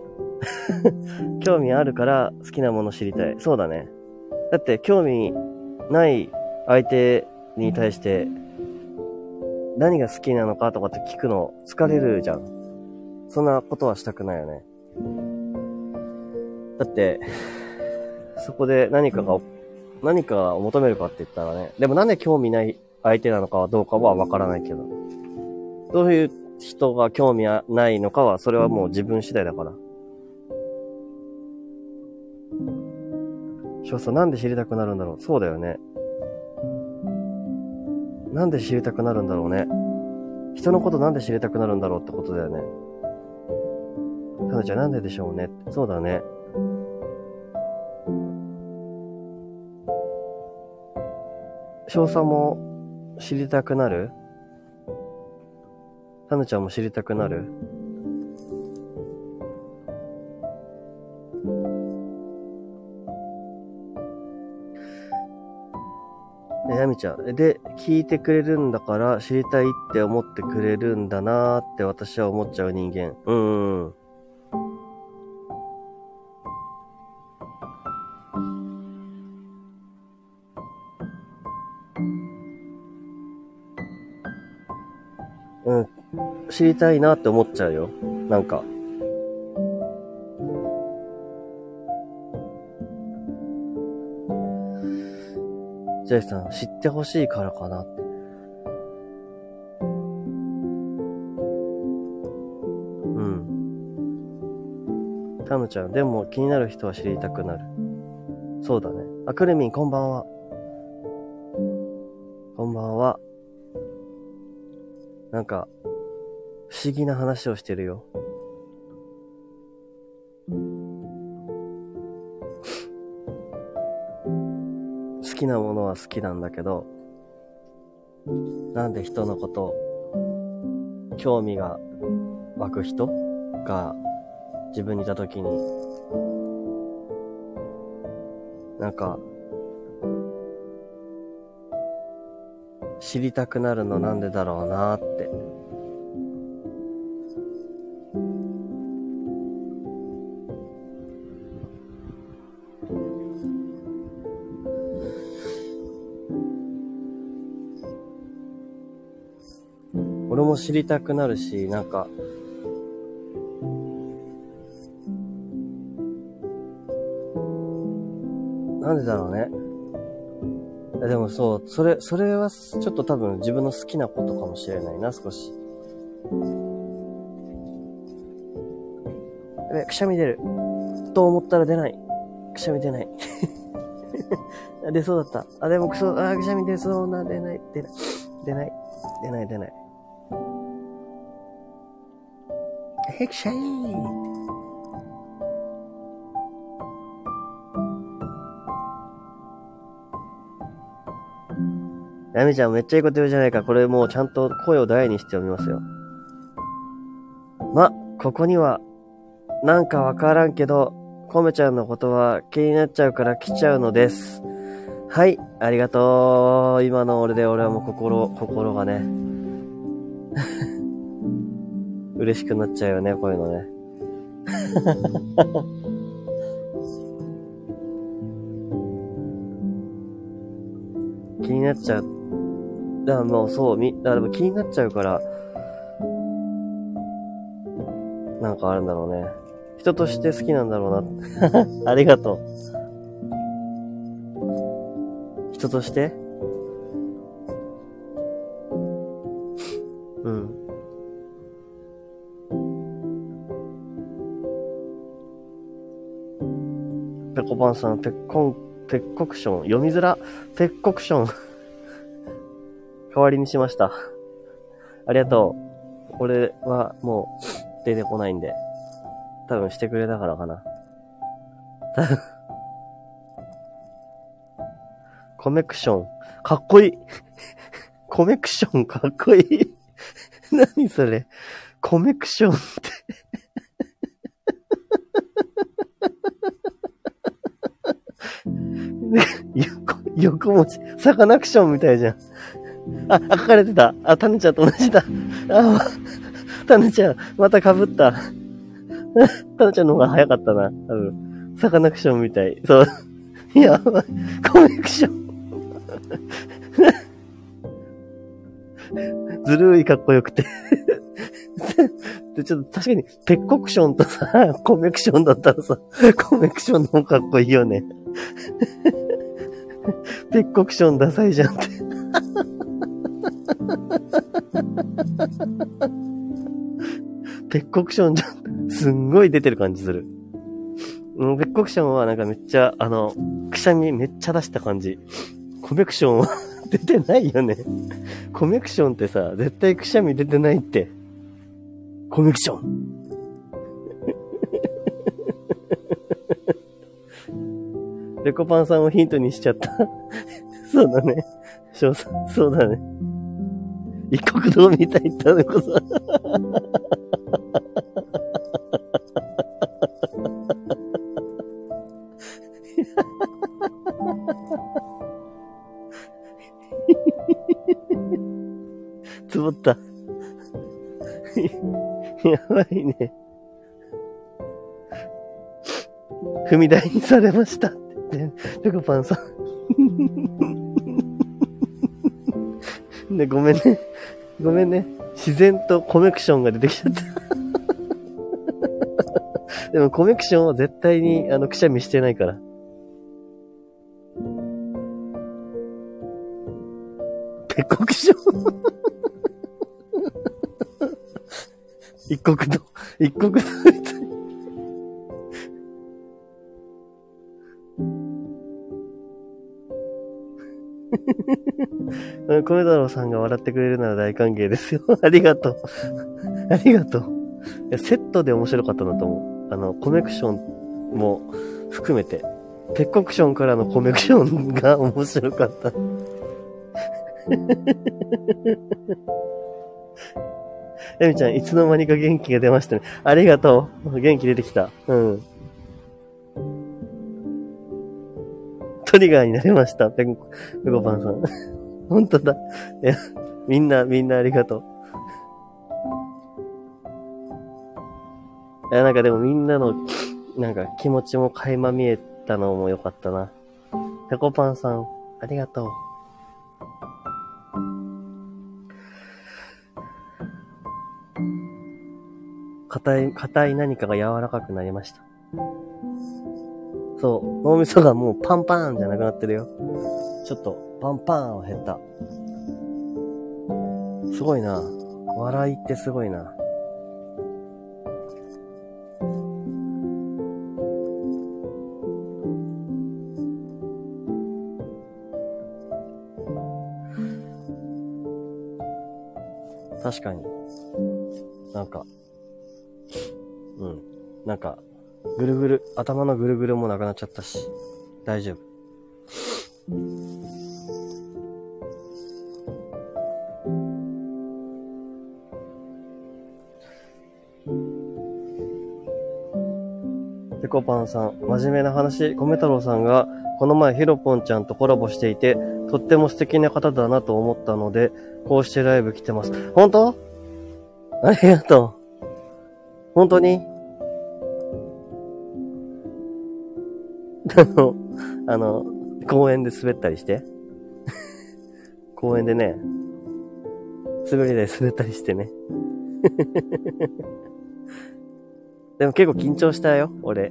興味あるから好きなもの知りたい。そうだね。だって興味ない相手に対して何が好きなのかとかって聞くの疲れるじゃん。そんなことはしたくないよね。だってそこで何かを求めるかって言ったらね。でもなんで興味ない相手なのかはどうかはわからないけど。どういう人が興味ないのかはそれはもう自分次第だから。少佐、なんで知りたくなるんだろう。そうだよね。なんで知りたくなるんだろうね。人のことなんで知りたくなるんだろうってことだよね。かなちゃん、なんででしょうね。そうだね。少佐も知りたくなる？かなちゃんも知りたくなる？やみちゃん。で、聞いてくれるんだから知りたいって思ってくれるんだなーって私は思っちゃう人間。知りたいなって思っちゃうよ。なんか。ジェイさん、知ってほしいからかなって。タムちゃん、でも気になる人は知りたくなる。そうだね。あ、くるみん、こんばんは。こんばんは。なんか、不思議な話をしてるよ。好きなものは好きなんだけど、なんで人のこと、興味が湧く人が自分にいたときに、なんか、知りたくなるのなんでだろうなーって。俺も知りたくなるし、なんか、なんでだろうね。でもそう、それはちょっと多分自分の好きなことかもしれないな、少し。くしゃみ出る。と思ったら出ない。くしゃみ出ない。出そうだった。あ、でもくしゃみ出そうな、出ない。くしゃー。やみちゃんめっちゃいいこと言うじゃないか。これもうちゃんと声を大にして読みますよ。ここには、なんかわからんけど、コメちゃんのことは気になっちゃうから来ちゃうのです。はい、ありがとう。今の俺で俺はもう心がね。嬉しくなっちゃうよね、こういうのね。気になっちゃう。だからもうそう、だから気になっちゃうから、なんかあるんだろうね。人として好きなんだろうな。ありがとう。人としてうん。 ペコパンさん、ペッコクション、読みづら、ペッコクション、代わりにしました。ありがとう。俺はもう出てこないんで、多分してくれたからかな。コメクション、かっこいい。コメクションかっこいい。何それ。コメクションって横文字、サカナクションみたいじゃん。あ、書かれてた。あ、タネちゃんと同じだ。あ、タネちゃん、また被った。タネちゃんの方が早かったな。多分。サカナクションみたい。そう。いや、コメクション。ずるいかっこよくて。で、ちょっと確かに、ペッコクションとさ、コメクションだったらさ、コメクションの方がかっこいいよね。ペッコクションダサいじゃんって。ペッコクションじゃん。すんごい出てる感じする。ペッコクションはなんかめっちゃ、くしゃみめっちゃ出した感じ。コメクションは出てないよね。コメクションってさ、絶対くしゃみ出てないって。コメクション。ペコパンさんをヒントにしちゃった。そうだね。翔さん、そうだね。一国道みたいってのこそ。つぼった。やばいね。踏み台にされましたって言って、ペコパンさん。で、ごめんね。ごめんね。自然とコメクションが出てきちゃった。でもコメクションは絶対にくしゃみしてないから。ペコクション。一国道みたい。米太郎さんが笑ってくれるなら大歓迎ですよ。ありがとう。ありがとう。いや、セットで面白かったなと思う。コネクションも含めて、ペッコクションからのコネクションが面白かった。エミちゃん、いつの間にか元気が出ましたね。ありがとう。元気出てきた。うん。トリガーになりました。ペコパンさん。本当だ。いや、みんなありがとう。いや、なんかでもみんなの、なんか気持ちも垣間見えたのも良かったな。ペコパンさん、ありがとう。硬い何かが柔らかくなりました。そう、脳みそがもうパンパーンじゃなくなってるよ。ちょっとパンパーンは減った。すごいな。笑いってすごいな。確かに。なんか、なんか、頭のぐるぐるもなくなっちゃったし、大丈夫。ペコパンさん、真面目な話、米太郎さんが、この前ヒロポンちゃんとコラボしていて、とっても素敵な方だなと思ったので、こうしてライブ来てます。本当？ありがとう。本当に？公園で滑ったりして公園でね、滑り台滑ったりしてね。でも結構緊張したよ、俺。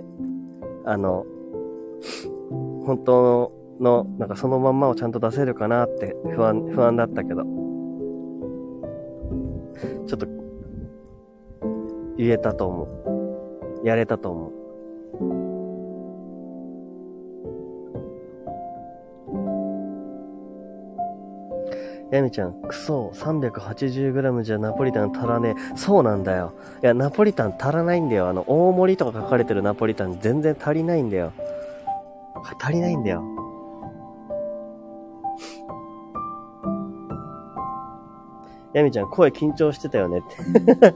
本当の、なんかそのまんまをちゃんと出せるかなって不安だったけど。ちょっと、言えたと思う。やれたと思う。 やみちゃん、クソ、380g じゃナポリタン足らねえ。そうなんだよ。いや、ナポリタン足らないんだよ。大盛りとか書かれてるナポリタン全然足りないんだよ。足りないんだよ。やみちゃん、声緊張してたよねって。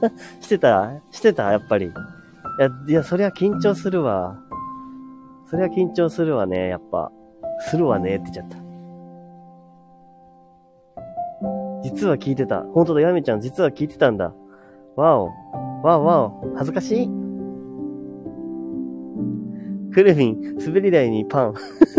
してたやっぱり。いや、そりゃ緊張するわ。そりゃ緊張するわね、やっぱ。するわねって言っちゃった。実は聞いてた。ほんとだ、やみちゃん、実は聞いてたんだ。わお。わおわお。恥ずかしい？くるみん、滑り台にパン。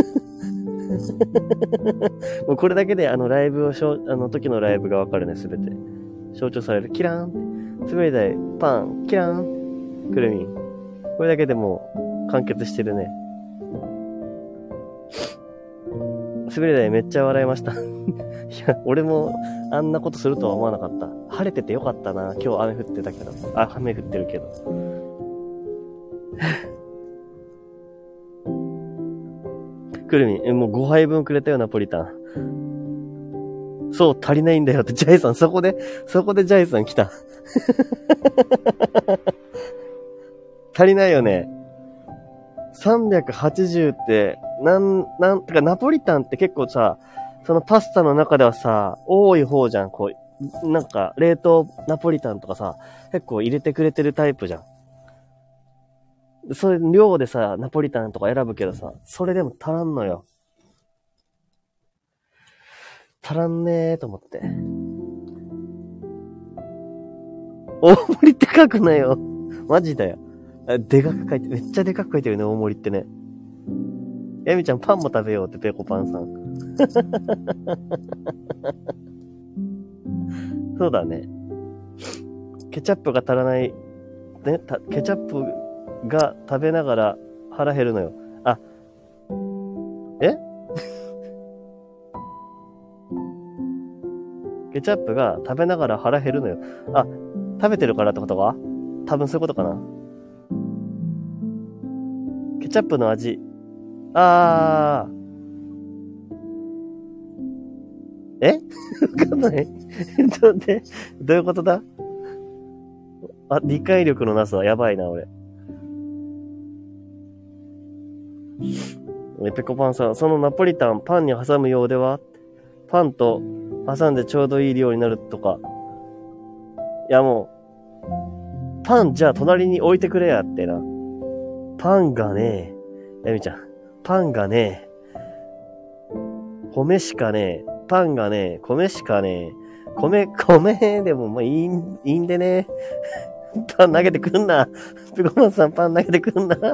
もうこれだけでライブを時のライブがわかるね、すべて。象徴される。キラーン。滑り台、パン、キラーン。くるみん。これだけでもう完結してるね。滑り台めっちゃ笑いました。いや、俺もあんなことするとは思わなかった。晴れててよかったな。今日雨降ってたけど。雨降ってるけど。くるみん、もう5杯分くれたよ、ナポリタン。そう、足りないんだよって、ジャイさん、そこでジャイさん来た。足りないよね。380って、てかナポリタンって結構さ、そのパスタの中ではさ、多い方じゃん、こう、なんか、冷凍ナポリタンとかさ、結構入れてくれてるタイプじゃん。それ、量でさ、ナポリタンとか選ぶけどさ、それでも足らんのよ。足らんねーと思って。大盛りって書くなよ。マジだよ。でかく書いて、めっちゃでかく書いてるね、大盛りってね。やみちゃん、パンも食べようって、ペコパンさん。そうだね。ケチャップが足らない、ね、ケチャップが食べながら腹減るのよ。あ、えケチャップが食べながら腹減るのよ。あ、食べてるからってことか？多分そういうことかな。ケチャップの味。えわかんない。どういうことだ？理解力のなさはやばいな、俺。ペコパンさん、そのナポリタン、パンに挟むようでは？パンと挟んでちょうどいい量になるとか。いやもう、パンじゃあ隣に置いてくれやってな。パンがねえ。やみちゃん、パンがねえ。米しかねえ。パンがねえ。米しかねえ。米でもまあいいんでね。パン投げてくんな。ペコマンさんパン投げてくんな。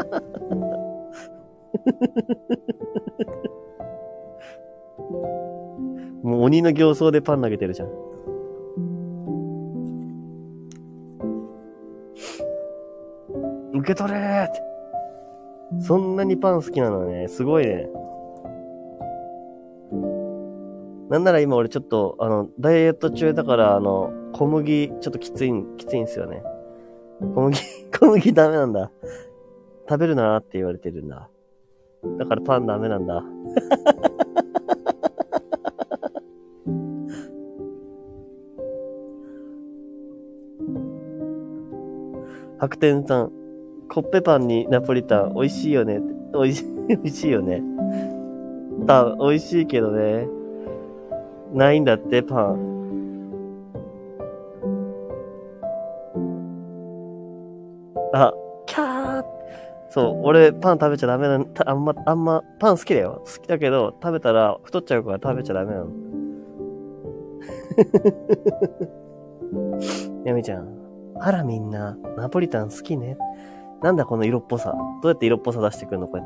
もう鬼の形相でパン投げてるじゃん。受け取れーって。そんなにパン好きなのね。すごいね。なんなら今俺ちょっと、ダイエット中だから、小麦、ちょっときついんすよね。小麦ダメなんだ。食べるなーって言われてるんだ。だからパンダメなんだ。白天さん、コッペパンにナポリタン、美味しいよね。美味しいよね。美味しいけどね。ないんだって、パン。キャー。そう、俺パン食べちゃダメなの。あんま、パン好きだよ。好きだけど、食べたら太っちゃうから食べちゃダメなの。やみちゃん。あらみんな、ナポリタン好きね。なんだこの色っぽさ。どうやって色っぽさ出してくるのこうやって。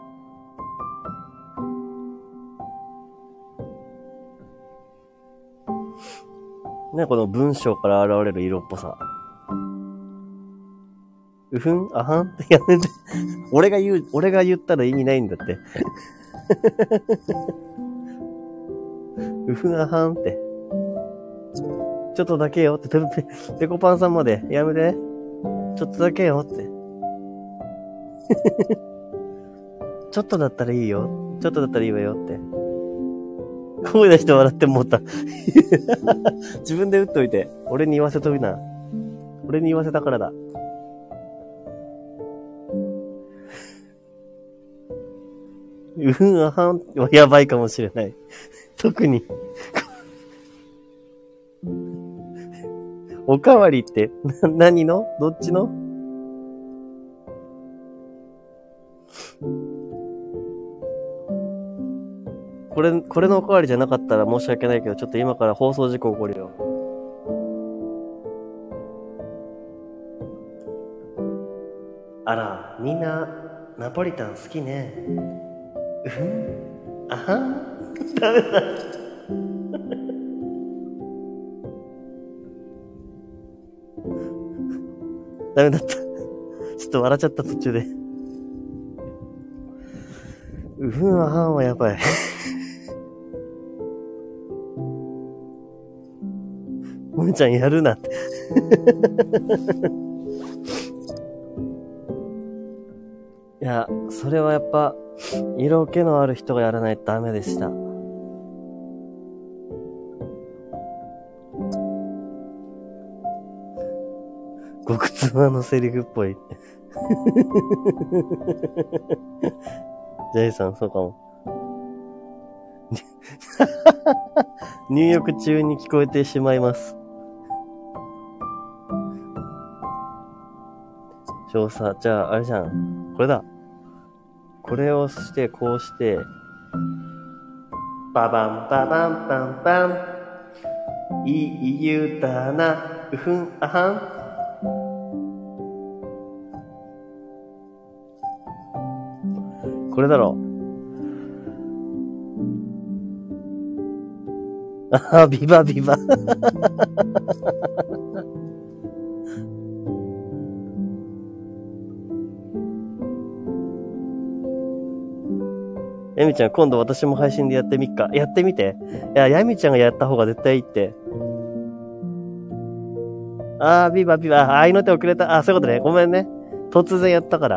ね、この文章から現れる色っぽさ。うふんあはんってやめて。俺が言ったら意味ないんだって。うふんあはんって。ちょっとだけよって、ペコパンさんまでやめて。ちょっとだけよって。ちょっとだったらいいよ。ちょっとだったらいいわよって。 声出して笑ってもった。自分で打っといて。俺に言わせといな。俺に言わせたからだ。あはんはやばいかもしれない。特に。おかわりって、何のどっちのこれのおかわりじゃなかったら申し訳ないけど、ちょっと今から放送事故起こるよ。あら、みんな、ナポリタン好きね。あはんダメだ。ダメだった。ちょっと笑っちゃった途中で。あはんはやばい。もめちゃんやるなって。いや、それはやっぱ、色気のある人がやらないとダメでした。極妻のセリフっぽい。ジャイさん、そうかも。入浴中に聞こえてしまいます。少佐、じゃあ、あれじゃん。これだ。これをして、こうして、ババンババンバンバン。いい言うたな、うふん、あはん。これだろ。ああ、ビバビバ。ヤミちゃん、今度私も配信でやってみっか。やってみて。いや、ヤミちゃんがやった方が絶対いいって。あー、ビバビバ。愛の手遅れた。あ、そういうことね。ごめんね。突然やったから。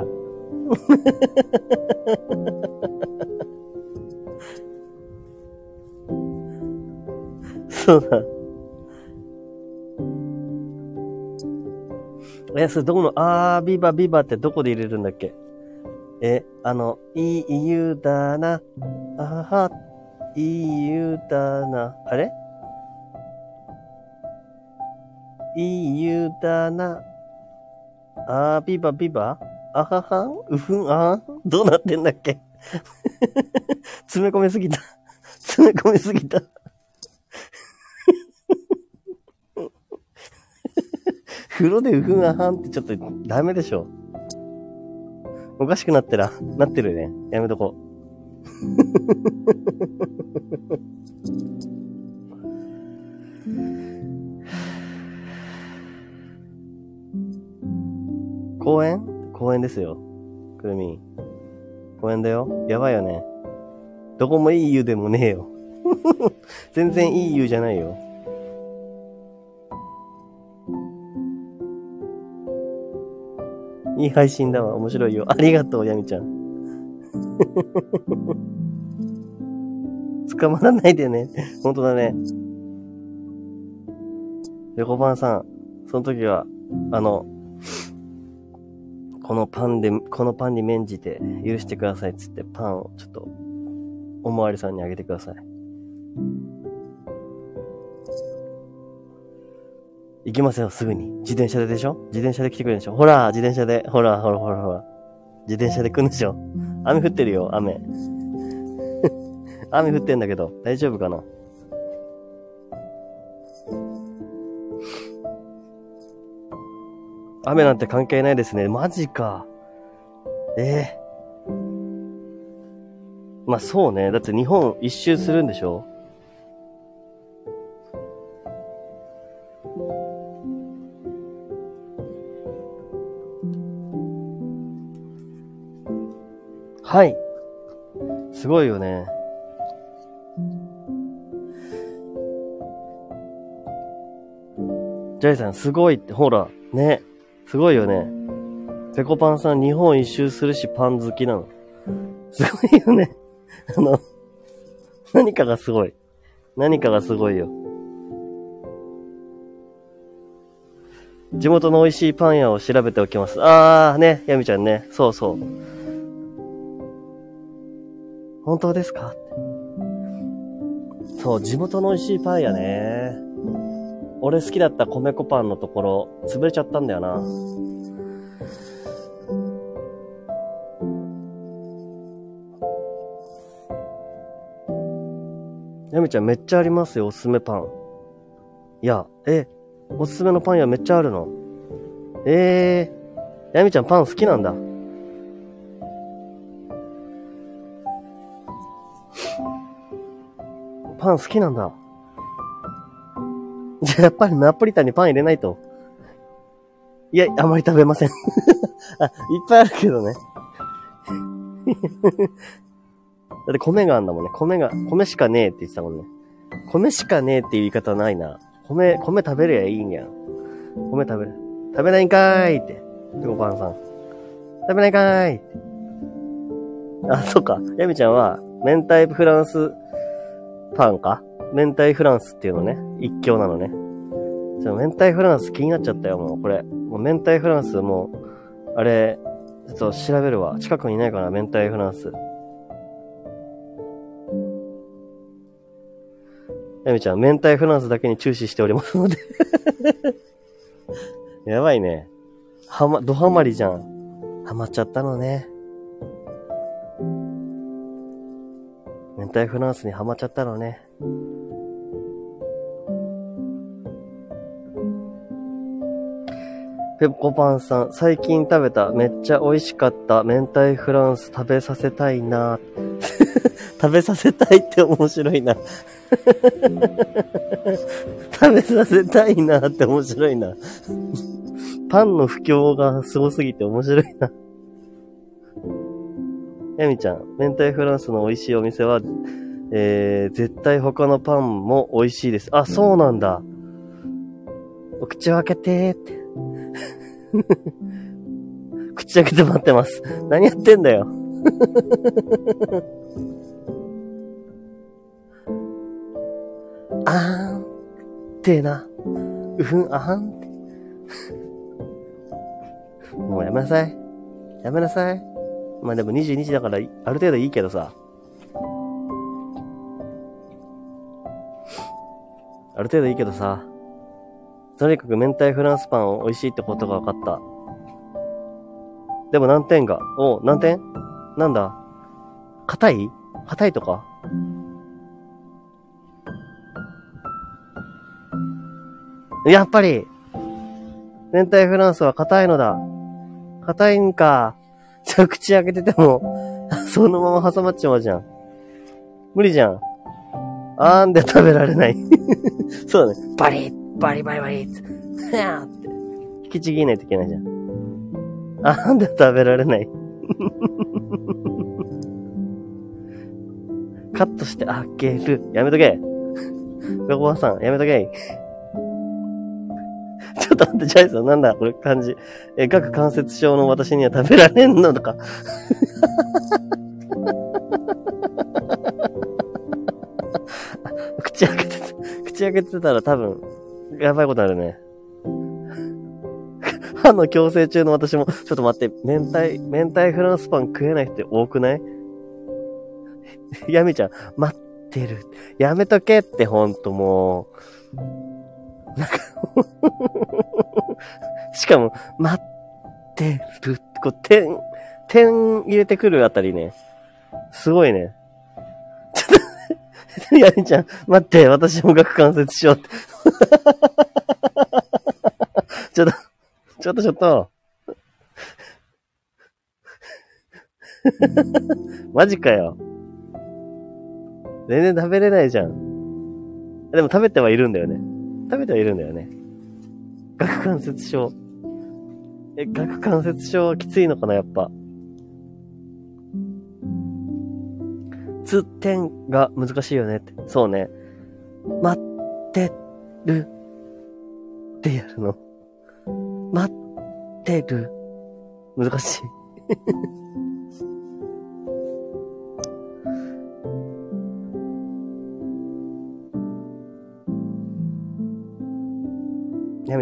そうだ。それどこの、ビバビバってどこで入れるんだっけ？いい言うだな。あは、いい言うだな。あれ？いい言うだな。ビバビバ？あははん？うふん、どうなってんだっけ？詰め込みすぎた。詰め込みすぎた。風呂でうふんあはんってちょっとダメでしょ。おかしくなってるね。やめとこう。公園ですよ。くるみん。公園だよ。やばいよね。どこもいい湯でもねえよ。全然いい湯じゃないよ。いい配信だわ。面白いよ。ありがとう、ヤミちゃん。捕まらないでね。ほんとだね。レコバンさん、その時は、このパンに免じて許してくださいっつってパンをちょっと、おまわりさんにあげてください。行きますよ、すぐに。自転車でしょ？自転車で来てくれるでしょ？ほら、自転車で。ほら。自転車で来るんでしょ？雨降ってるよ、雨。雨降ってんだけど、大丈夫かな？雨なんて関係ないですね。マジか。まあそうね。だって日本一周するんでしょ？はい。すごいよね。ジャイさん、すごいって、ほら、ね。すごいよね。ペコパンさん、日本一周するし、パン好きなの。すごいよね。何かがすごい。 何かがすごいよ。地元の美味しいパン屋を調べておきます。あーね、ヤミちゃんね。そうそう。本当ですか？そう、地元の美味しいパン屋ね。俺好きだった米粉パンのところ、潰れちゃったんだよな。ヤミちゃんめっちゃありますよ、おすすめパン。いや、おすすめのパン屋めっちゃあるの。ヤミちゃんパン好きなんだ。パン好きなんだ。じゃあやっぱりナポリタンにパン入れないと。いや、あまり食べません。あ、いっぱいあるけどね。だって米があんだもんね。米しかねえって言ってたもんね。米しかねえっていう言い方ないな。米食べりゃいいんやん。米食べないんかーいって。ごパンさん。食べないかーいって。あ、そっか。ヤミちゃんは、明太フランスパンか？明太フランスっていうのね。一強なのね。明太フランス気になっちゃったよ、もうこれ。もう明太フランスもう、あれ、ちょっと調べるわ。近くにいないかな、明太フランス。ヤミちゃん、明太フランスだけに注視しておりますので。やばいね。ドハマりじゃん。ハマっちゃったのね。明太フランスにハマっちゃったのね。ペコパンさん、最近食べためっちゃ美味しかった明太フランス食べさせたいな。食べさせたいって面白いな。食べさせたいなって面白いな。パンの不況がすごすぎて面白いな。ヤミちゃん、明太フランスの美味しいお店は、絶対他のパンも美味しいです。あ、そうなんだ。お口を開けてーって。口開けて待ってます。何やってんだよ。あーんってな。うふん、あはんって。もうやめなさい。やめなさい。まあでも22時だからある程度いいけどさ。ある程度いいけどさ。とにかく明太フランスパン美味しいってことが分かった。でも難点が。難点？なんだ？硬いとか？やっぱり明太フランスは硬いのだ。硬いんか。じゃあ口開けてても、そのまま挟まっちまうじゃん。無理じゃん。あーんで食べられない。そうだね。バリバリって。引きちぎんないといけないじゃん。あーんで食べられない。カットして開ける。やめとけ。ペコパンさん、やめとけ。ちょっと待って、ジャイさん、なんだこれ漢字。顎関節症の私には食べられんのとか。口開けてたら多分、やばいことあるね。歯の矯正中の私も、ちょっと待って、明太フランスパン食えない人多くない？ヤミちゃん、待ってる。やめとけって、ほんともう。なんかしかも、待ってる。こう、点入れてくるあたりね。すごいね。ちょっと、ヤミちゃん、待って、私も顎関節症って。ちょっと。マジかよ。全然食べれないじゃん。でも食べてはいるんだよね。顎関節症。顎関節症はきついのかな、やっぱ。点が難しいよねって。そうね。待ってるってやるの。待ってる。難しい。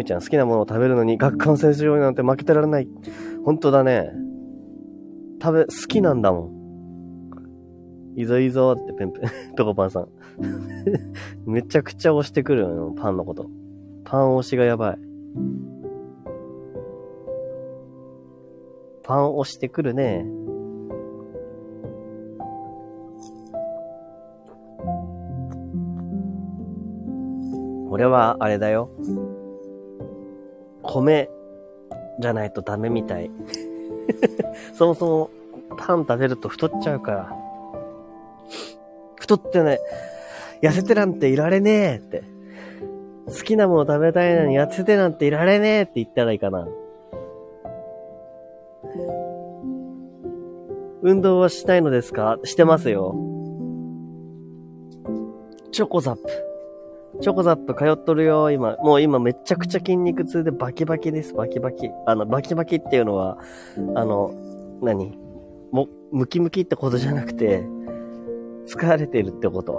みちゃん好きなものを食べるのに学科の先生用になんて負けてられない。ほんとだね。好きなんだもん。いいぞいいぞってペンペン、トコパンさん。めちゃくちゃ押してくるよ、パンのこと。パン押しがやばい。パン押してくるね。俺はあれだよ。米じゃないとダメみたい。そもそもパン食べると太っちゃうから。太ってね、痩せてなんていられねえって。好きなもの食べたいのに痩せてなんていられねえって言ったらいいかな。運動はしたいのですか？してますよ。チョコザップ。チョコザップ通っとるよ、今。もう今めちゃくちゃ筋肉痛でバキバキです、バキバキ。バキバキっていうのは、ムキムキってことじゃなくて、疲れてるってこと。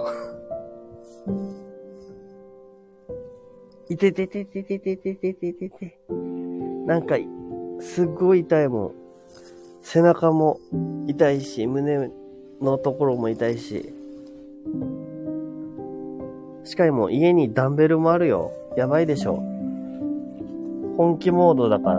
いててててててててててて。なんか、すっごい痛いもん。背中も痛いし、胸のところも痛いし。しかも家にダンベルもあるよ。やばいでしょ。本気モードだから。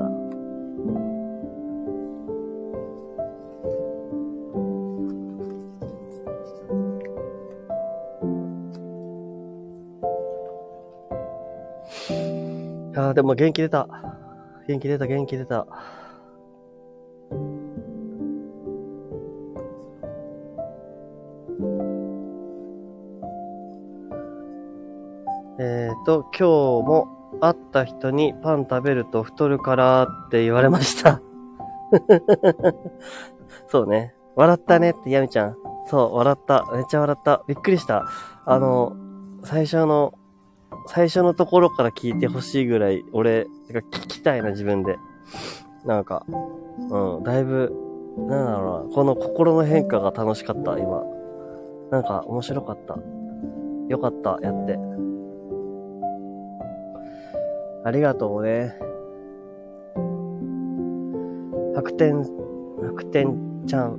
でも元気出た。元気出た。今日も会った人にパン食べると太るからって言われました。そうね。笑ったねってヤミちゃん。そう、笑った。めっちゃ笑った。びっくりした。最初のところから聞いてほしいぐらい、俺、聞きたいな、自分で。なんか、だいぶ、なんだろうな、この心の変化が楽しかった、今。なんか、面白かった。よかった、やって。ありがとうね。白天ちゃん。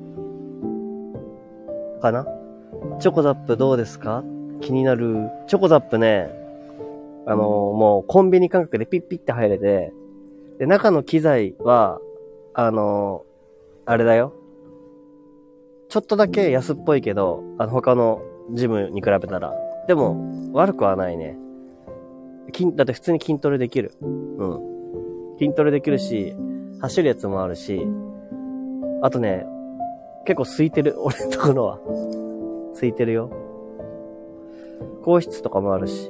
かな？チョコザップどうですか？気になる。チョコザップね、もうコンビニ感覚でピッピッって入れて、で、中の機材は、あれだよ。ちょっとだけ安っぽいけど、他のジムに比べたら。でも、悪くはないね。だって普通に筋トレできる。筋トレできるし、走るやつもあるし、あとね、結構空いてる。俺のところは。空いてるよ。更衣室とかもあるし。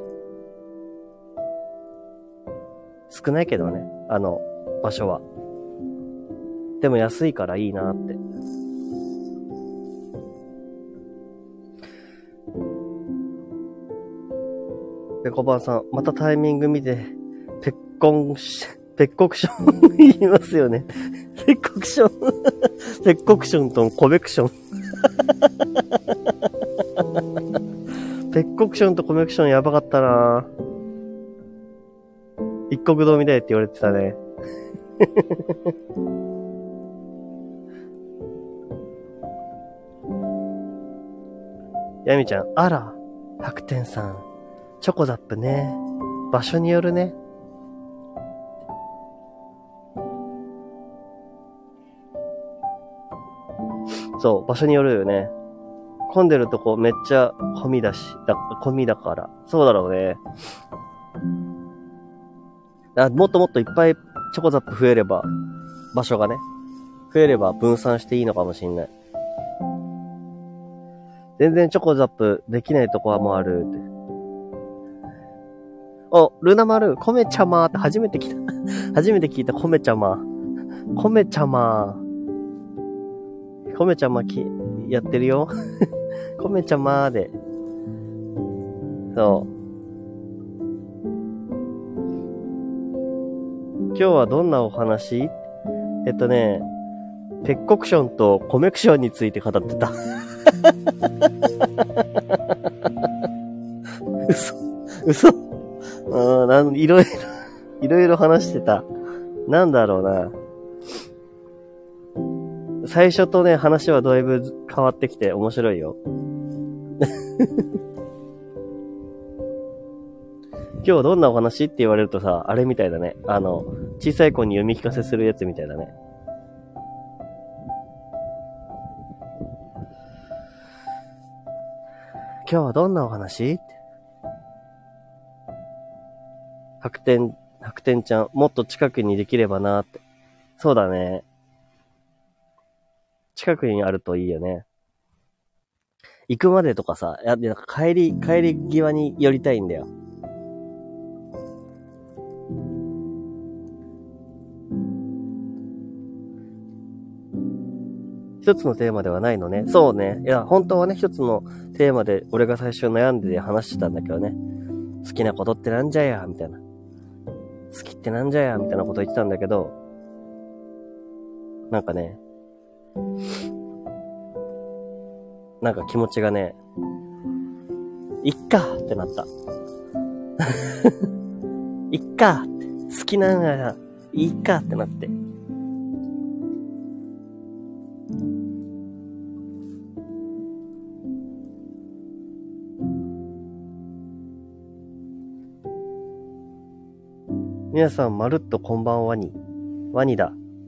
少ないけどね、場所は。でも安いからいいなって。ペコパンさん、またタイミング見て、ペッコクション言いますよね。ペッコクションとコベクション。ペッコクションとコベクションやばかったな。一国堂みたいって言われてたね。ヤミちゃん、あら、白天さん、チョコザップね。場所によるね。そう、場所によるよね。混んでるとこめっちゃ混みだから。そうだろうね。もっともっといっぱいチョコザップ増えれば、場所がね、増えれば分散していいのかもしんない。全然チョコザップできないとこはもうあるって。ルナマル、コメちゃまーって初めて聞いたコメちゃま。コメちゃまやってるよ。コメちゃまーで。そう。今日はどんなお話？ペッコクションとコメクションについて語ってた。嘘いろいろ。 いろいろ話してた。なんだろうな。最初とね、話はだいぶ変わってきて面白いよ。今日どんなお話って言われるとさ、あれみたいだね。小さい子に読み聞かせするやつみたいだね。今日はどんなお話？白天ちゃん、もっと近くにできればなーって。そうだね。近くにあるといいよね。行くまでとかさ、なんか帰り際に寄りたいんだよ。一つのテーマではないのね。そうね。いや、本当はね、一つのテーマで俺が最初悩んで話してたんだけどね。好きなことってなんじゃやみたいな。好きってなんじゃやみたいなこと言ってたんだけど、なんかね、なんか気持ちがね、いっかってなった。いっかって。好きなのがいいかってなって。皆さん、まるっとこんばんはに。ワニだ。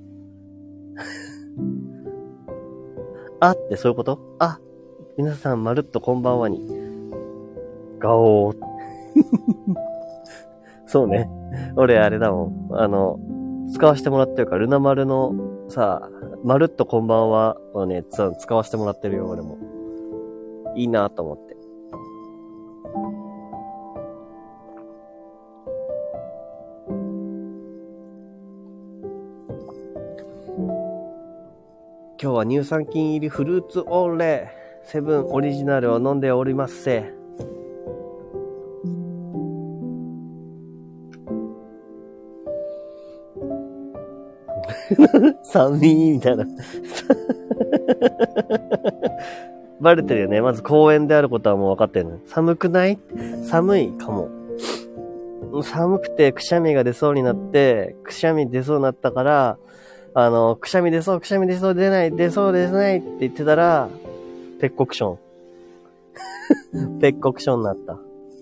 あってそういうこと？あ、皆さん、まるっとこんばんはに。ガオー。そうね。俺、あれだもん。使わせてもらってるから、ルナ丸のさ、まるっとこんばんはをね、使わせてもらってるよ、俺も。いいなと思って。今日は乳酸菌入りフルーツオーレセブンオリジナルを飲んでおりますせ。寒いみたいな。バレてるよね。まず公園であることはもう分かってるの。寒くない？寒いかも。寒くてくしゃみが出そうになって、くしゃみ出そうになったから、くしゃみ出そう、出ないって言ってたら、ペッコクション。ペッコクションになった。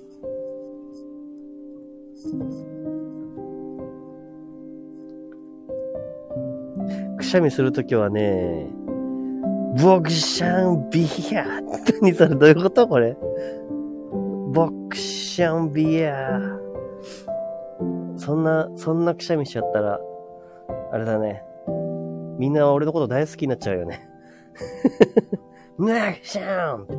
くしゃみするときはね、ボクシャンビアー。何それどういうことこれ。ボクシャンビアー。そんなくしゃみしちゃったら、あれだね。みんな俺のこと大好きになっちゃうよね。ボクシャンボ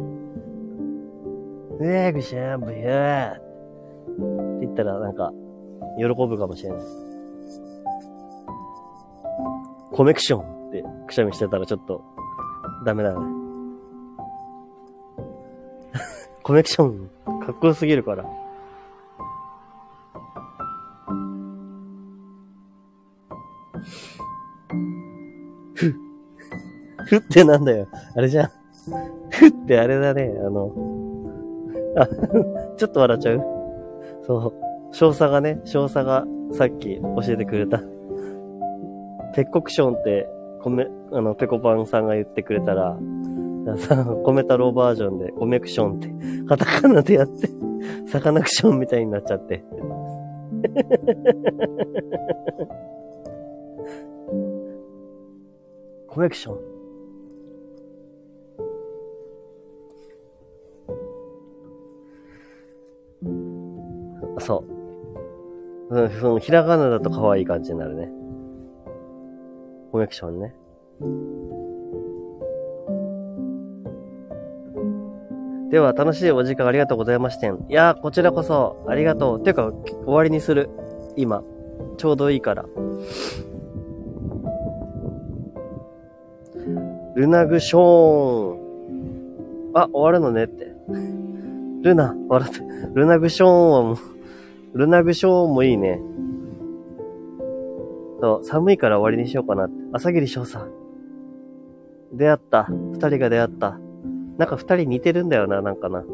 クシャンビアーって言ったらなんか、喜ぶかもしれない。コメクションってくしゃみしてたらちょっと、ダメだね。コネクション、かっこよすぎるから。ふってなんだよ。あれじゃん。ふってあれだね。ちょっと笑っちゃう？そう。少佐がさっき教えてくれた。ペッコクションって、ペコパンさんが言ってくれたら、コメ太郎バージョンでコメクションってカタカナでやってサカナクションみたいになっちゃってコメクションそう、そのひらがなだと可愛い感じになるね。コメクションね。では、楽しいお時間ありがとうございました。いやー、こちらこそ、ありがとう。てか、終わりにする。今。ちょうどいいから。ルナグショーン。あ、終わるのねって。ルナ、笑って。ルナグショーンはもう、ルナグショーンもいいね。そう、寒いから終わりにしようかなって。朝霧翔さん。出会った。二人が出会った。なんか二人似てるんだよな、なんかな。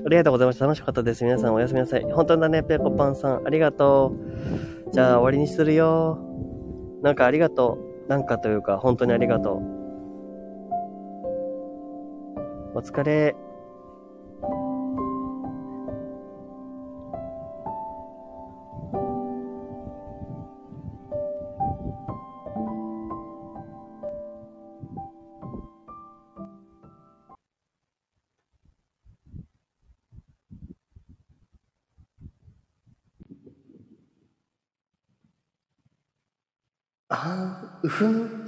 ありがとうございました。楽しかったです。皆さんおやすみなさい。本当だね、ペコパンさん。ありがとう。じゃあ終わりにするよ。なんかありがとう。なんかというか、本当にありがとう。お疲れ。あー、うふん。